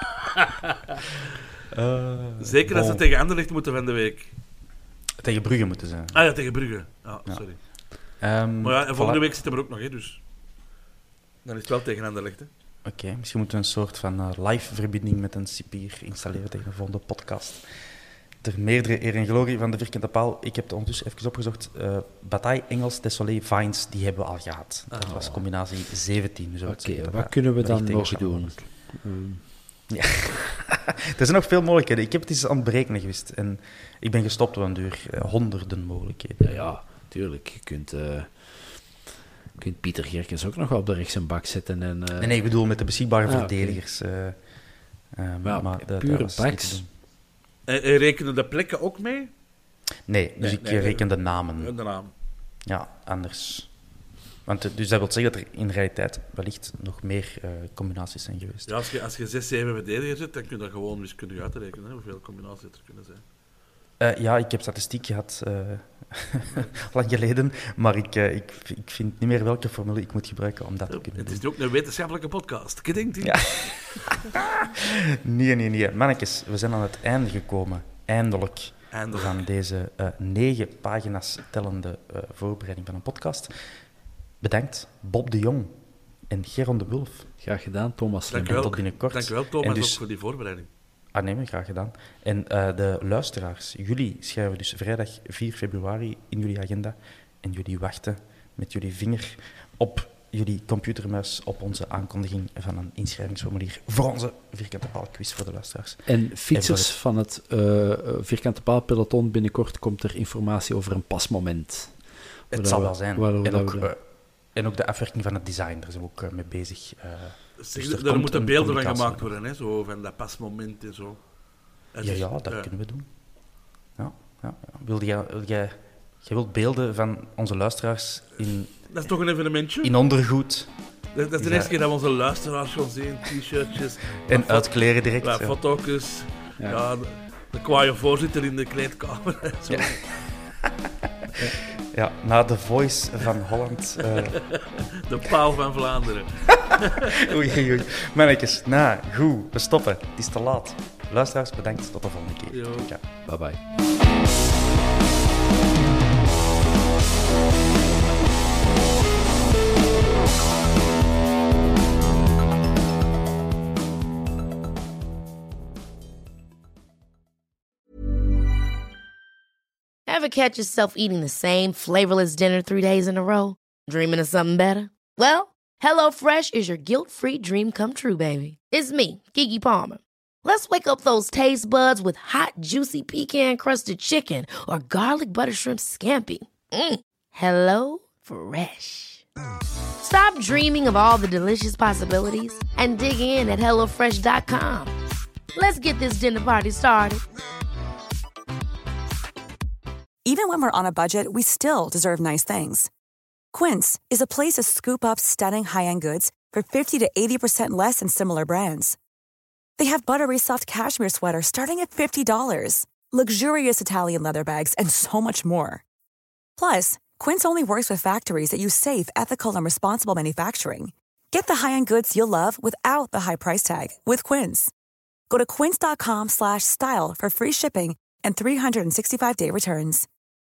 Uh, Zeker bon. Als ze tegen Anderlecht moeten van de week. Tegen Brugge moeten zijn. Ah ja, tegen Brugge. Ah, ja. Sorry. Um, maar ja, en volgende voilà. week zitten we er ook nog, hè, dus dan is het wel tegen Anderlecht, hè. Oké, okay, misschien moeten we een soort van uh, live-verbinding met een cipier installeren tegen de volgende podcast. Ter meerdere eer en glorie van de Vierkante Paal. Ik heb het ondertussen even opgezocht. Uh, Bataille, Engels, Desolé, Vines, die hebben we al gehad. Dat oh. was combinatie zeventien. Oké, okay, wat kunnen we dan nog doen? Um. Ja. Er zijn nog veel mogelijkheden. Ik heb het eens aan het berekenen geweest. En ik ben gestopt op een duur. Uh, honderden mogelijkheden. Ja, ja, tuurlijk. Je kunt... Uh... Je kunt Pieter Gerkens ook nog wel op de rechts en bak zetten. En, uh... nee, nee, ik bedoel met de beschikbare ah, verdedigers. Okay. Uh, uh, ja, maar de, pure backs. En, en rekenen de plekken ook mee? Nee, dus nee, ik nee, reken de namen. De naam. Ja, anders. Want, dus dat wil zeggen dat er in realiteit wellicht nog meer uh, combinaties zijn geweest. Ja, als je, als je zes, zeven verdedigers zet, dan kun je dat gewoon wiskundig uitrekenen, hè, hoeveel combinaties er kunnen zijn. Uh, ja, ik heb statistiek gehad uh, lang geleden, maar ik, uh, ik, ik vind niet meer welke formule ik moet gebruiken om dat te kunnen Het is doen. ook een wetenschappelijke podcast. Gedenkt ja. Nee, nee, nee. Mannetjes, we zijn aan het einde gekomen. Eindelijk. Eindelijk. Van deze uh, negen pagina's tellende uh, voorbereiding van een podcast. Bedankt, Bob de Jong en Geron de Wulf. Graag gedaan, Thomas. Dank u wel. Tot binnenkort. Dank u wel, Thomas, dus... ook voor die voorbereiding. Ah nee, maar graag gedaan. En uh, de luisteraars, jullie schrijven dus vrijdag vier februari in jullie agenda en jullie wachten met jullie vinger op jullie computermuis op onze aankondiging van een inschrijvingsformulier voor onze Vierkante Paal quiz voor de luisteraars. En fietsers en het... van het uh, Vierkante Paal peloton, binnenkort komt er informatie over een pasmoment. Het zal wel zijn. Waar, waar, en, ook, uh, en ook de afwerking van het design, daar zijn we ook uh, mee bezig. Uh, Dus er, er moeten beelden van gemaakt worden, hè? Zo, van dat pasmoment en zo. En ja, ja, dat uh, kunnen we doen. Ja, ja, ja. Wil jij, wil jij, jij wilt beelden van onze luisteraars in... Dat is toch een evenementje? In ondergoed. Dat, dat is de eerste keer dat we onze luisteraars gaan zien. T-shirtjes. En uitkleren direct. Ja, foto's. Ja. Ja, de, de kwaaie voorzitter in de kleedkamer. En zo. Ja. Ja, na The Voice van Holland. Uh... De paal van Vlaanderen. Oei, oei, oei. Mannetjes, nou, goed, we stoppen. Het is te laat. Luisteraars, bedankt. Tot de volgende keer. Ja. Bye bye. Ever catch yourself eating the same flavorless dinner three days in a row? Dreaming of something better? Well, HelloFresh is your guilt-free dream come true, baby. It's me, Keke Palmer. Let's wake up those taste buds with hot, juicy pecan-crusted chicken or garlic butter shrimp scampi. Mm. Hello Fresh. Stop dreaming of all the delicious possibilities and dig in at hello fresh dot com. Let's get this dinner party started. Even when we're on a budget, we still deserve nice things. Quince is a place to scoop up stunning high-end goods for fifty to eighty percent less than similar brands. They have buttery soft cashmere sweaters starting at fifty dollars, luxurious Italian leather bags, and so much more. Plus, Quince only works with factories that use safe, ethical, and responsible manufacturing. Get the high-end goods you'll love without the high price tag with Quince. Go to quince dot com slash style for free shipping and three sixty-five day returns.